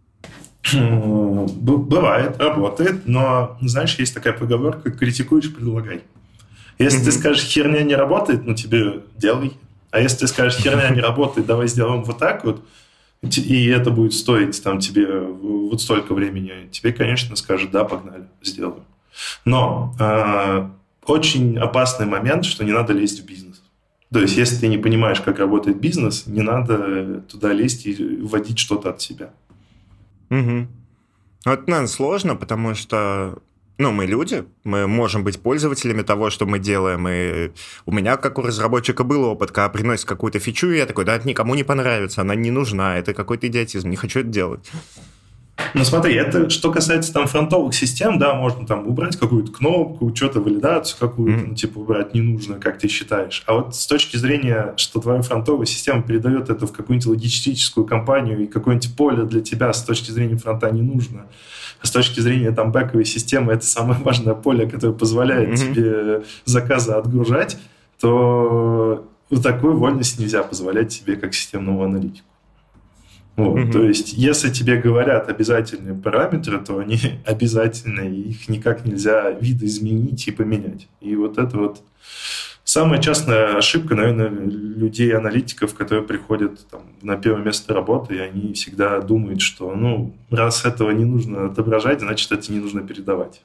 Бывает, работает, но, знаешь, есть такая поговорка: критикуешь, предлагай. Если ты скажешь, херня не работает, ну тебе делай. А если ты скажешь, херня не работает, давай сделаем вот так вот, и это будет стоить там, тебе вот столько времени, тебе, конечно, скажут, да, погнали, сделаем. Но очень опасный момент, что не надо лезть в бизнес. То есть, если ты не понимаешь, как работает бизнес, не надо туда лезть и вводить что-то от себя. Угу. Это, наверное, сложно, потому что мы люди, мы можем быть пользователями того, что мы делаем. И у меня, как у разработчика, был опыт, когда приносит какую-то фичу, и я такой, да, это никому не понравится, она не нужна, это какой-то идиотизм, не хочу это делать. Ну, смотри, это что касается там фронтовых систем, да, можно там убрать какую-то кнопку, что-то, валидацию какую-то, убрать не нужно, как ты считаешь. А вот с точки зрения, что твоя фронтовая система передает это в какую-нибудь логистическую компанию, и какое-нибудь поле для тебя с точки зрения фронта не нужно, а с точки зрения там бэковой системы это самое важное поле, которое позволяет тебе заказы отгружать, то вот такую вольность нельзя позволять себе как системному аналитику. Вот, то есть, если тебе говорят обязательные параметры, то они обязательны, и их никак нельзя видоизменить и поменять. И вот это вот самая частая ошибка, наверное, людей-аналитиков, которые приходят там, на первое место работы, и они всегда думают, что, раз этого не нужно отображать, значит, это не нужно передавать.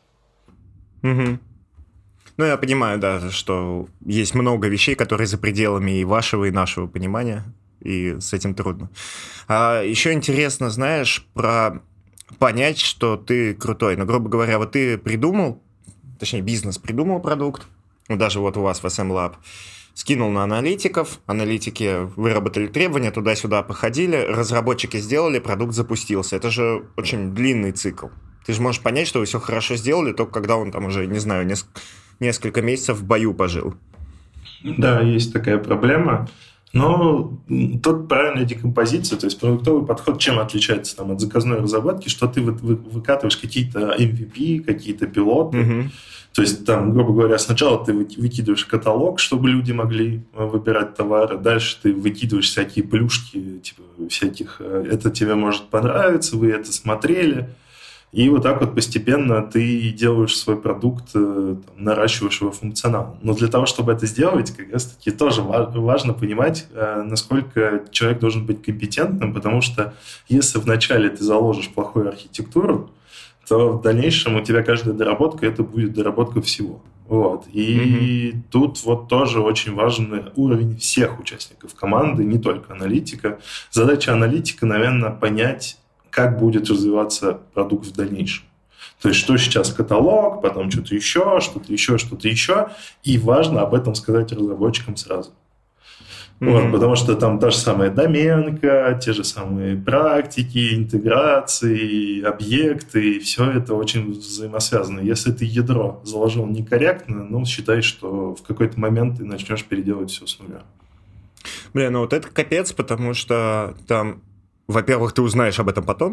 Я понимаю, да, что есть много вещей, которые за пределами и вашего, и нашего понимания, и с этим трудно. А еще интересно, знаешь, про понять, что ты крутой. Грубо говоря, вот ты придумал, точнее, бизнес придумал продукт, даже вот у вас в SM Lab, скинул на аналитиков, аналитики выработали требования, туда-сюда походили, разработчики сделали, продукт запустился. Это же очень длинный цикл. Ты же можешь понять, что вы все хорошо сделали, только когда он там уже, не знаю, несколько месяцев в бою пожил. Да, есть такая проблема. Но тут правильная декомпозиция, то есть продуктовый подход чем отличается от заказной разработки, что ты выкатываешь какие-то MVP, какие-то пилоты. То есть, там, грубо говоря, сначала ты выкидываешь каталог, чтобы люди могли выбирать товары, дальше ты выкидываешь всякие плюшки, типа всяких «это тебе может понравиться», «вы это смотрели». И вот так вот постепенно ты делаешь свой продукт, наращиваешь его функционал. Но для того, чтобы это сделать, как раз-таки тоже важно понимать, насколько человек должен быть компетентным, потому что если вначале ты заложишь плохую архитектуру, то в дальнейшем у тебя каждая доработка – это будет доработка всего. Вот. И тут вот тоже очень важный уровень всех участников команды, не только аналитика. Задача аналитика, наверное, понять, как будет развиваться продукт в дальнейшем. То есть, что сейчас каталог, потом что-то еще, что-то еще, что-то еще. И важно об этом сказать разработчикам сразу. Вот, потому что там та же самая доменка, те же самые практики, интеграции, объекты, и все это очень взаимосвязано. Если ты ядро заложил некорректно, считай, что в какой-то момент ты начнешь переделывать все с нуля. Вот это капец, потому что там... Во-первых, ты узнаешь об этом потом,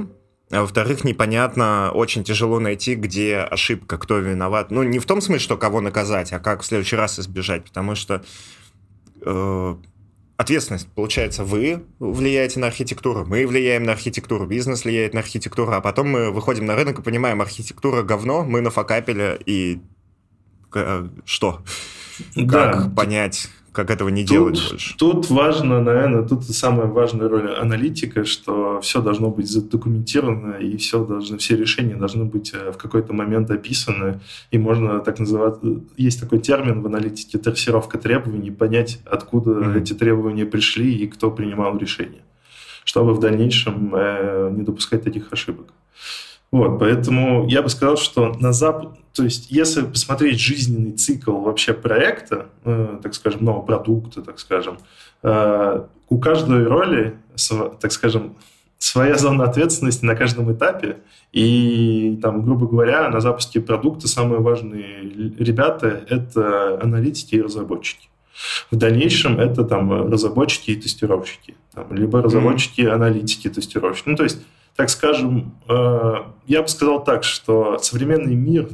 А во-вторых, непонятно, очень тяжело найти, где ошибка, кто виноват. Ну, не в том смысле, что кого наказать, а как в следующий раз избежать, потому что ответственность, получается, вы влияете на архитектуру, мы влияем на архитектуру, бизнес влияет на архитектуру, а потом мы выходим на рынок и понимаем, архитектура говно, мы нафакапили, и что? Да. Как понять, как этого не делать больше? Тут важно, наверное, тут самая важная роль аналитика, что все должно быть задокументировано, и все решения должны быть в какой-то момент описаны, и можно так называть, есть такой термин в аналитике, трассировка требований, понять, откуда эти требования пришли и кто принимал решения, чтобы в дальнейшем не допускать таких ошибок. Вот, поэтому я бы сказал, что то есть если посмотреть жизненный цикл вообще проекта, так скажем, нового продукта, так скажем, у каждой роли, так скажем, своя зона ответственности на каждом этапе, и там, грубо говоря, на запуске продукта самые важные ребята – это аналитики и разработчики. В дальнейшем это там разработчики и тестировщики, либо разработчики, аналитики, тестировщики. Ну, то есть, так скажем, я бы сказал так, что современный мир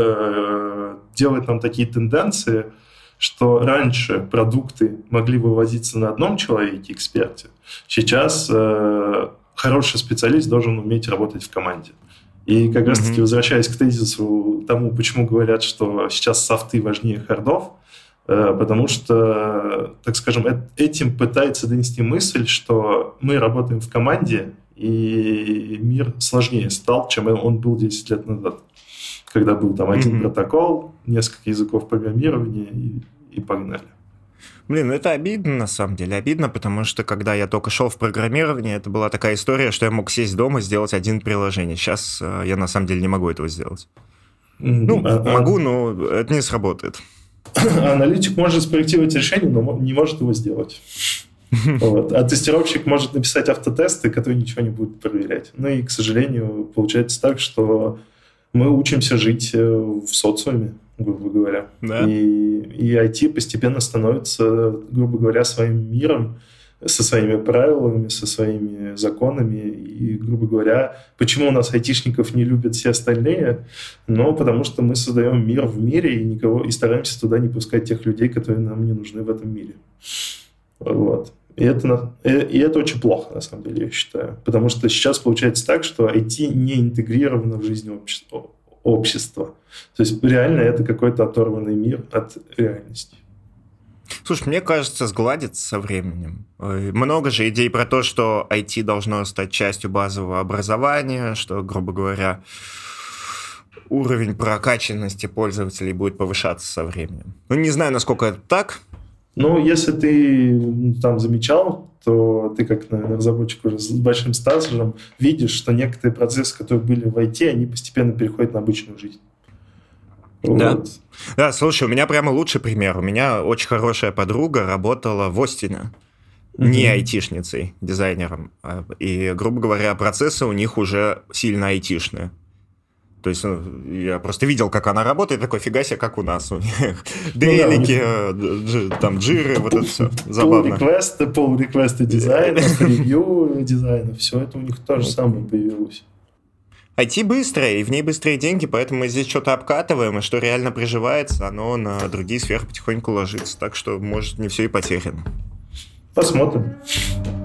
делает нам такие тенденции, что раньше продукты могли вывозиться на одном человеке, эксперте. Сейчас хороший специалист должен уметь работать в команде. И как раз-таки, возвращаясь к тезису тому, почему говорят, что сейчас софты важнее хардов, потому что, так скажем, этим пытается донести мысль, что мы работаем в команде, и мир сложнее стал, чем он был 10 лет назад, когда был там один протокол, несколько языков программирования и погнали. Блин, ну это обидно, на самом деле. Обидно, потому что, когда я только шел в программирование, это была такая история, что я мог сесть дома и сделать один приложение. Сейчас я, на самом деле, не могу этого сделать. Могу, но это не сработает. Аналитик может спроектировать решение, но не может его сделать. Вот. А тестировщик может написать автотесты, которые ничего не будут проверять. Ну и, к сожалению, получается так, что мы учимся жить в социуме, грубо говоря. Да. И IT постепенно становится, грубо говоря, своим миром, со своими правилами, со своими законами. И, грубо говоря, почему у нас айтишников не любят все остальные? Ну, потому что мы создаем мир в мире и стараемся туда не пускать тех людей, которые нам не нужны в этом мире. Вот. И это очень плохо, на самом деле, я считаю. Потому что сейчас получается так, что IT не интегрировано в жизнь общества. То есть реально это какой-то оторванный мир от реальности. Слушай, мне кажется, сгладится со временем. Много же идей про то, что IT должно стать частью базового образования, что, грубо говоря, уровень прокачанности пользователей будет повышаться со временем. Ну, не знаю, насколько это так. Ну, если ты там замечал, то ты, как, наверное, разработчик уже с большим стажем, видишь, что некоторые процессы, которые были в IT, они постепенно переходят на обычную жизнь. Да. Вот. Да, слушай, у меня прямо лучший пример. У меня очень хорошая подруга работала в Остине, не айтишницей, дизайнером. И, грубо говоря, процессы у них уже сильно айтишные. То есть я просто видел, как она работает, такой, фига себе, как у нас. У них делики, там джиры, вот это все. Забавно. Pull-реквесты дизайна, ревью дизайна, все это у них то же самое появилось. IT быстрое, и в ней быстрые деньги, поэтому мы здесь что-то обкатываем, и что реально приживается, оно на другие сферы потихоньку ложится. Так что, может, не все и потеряно. Посмотрим.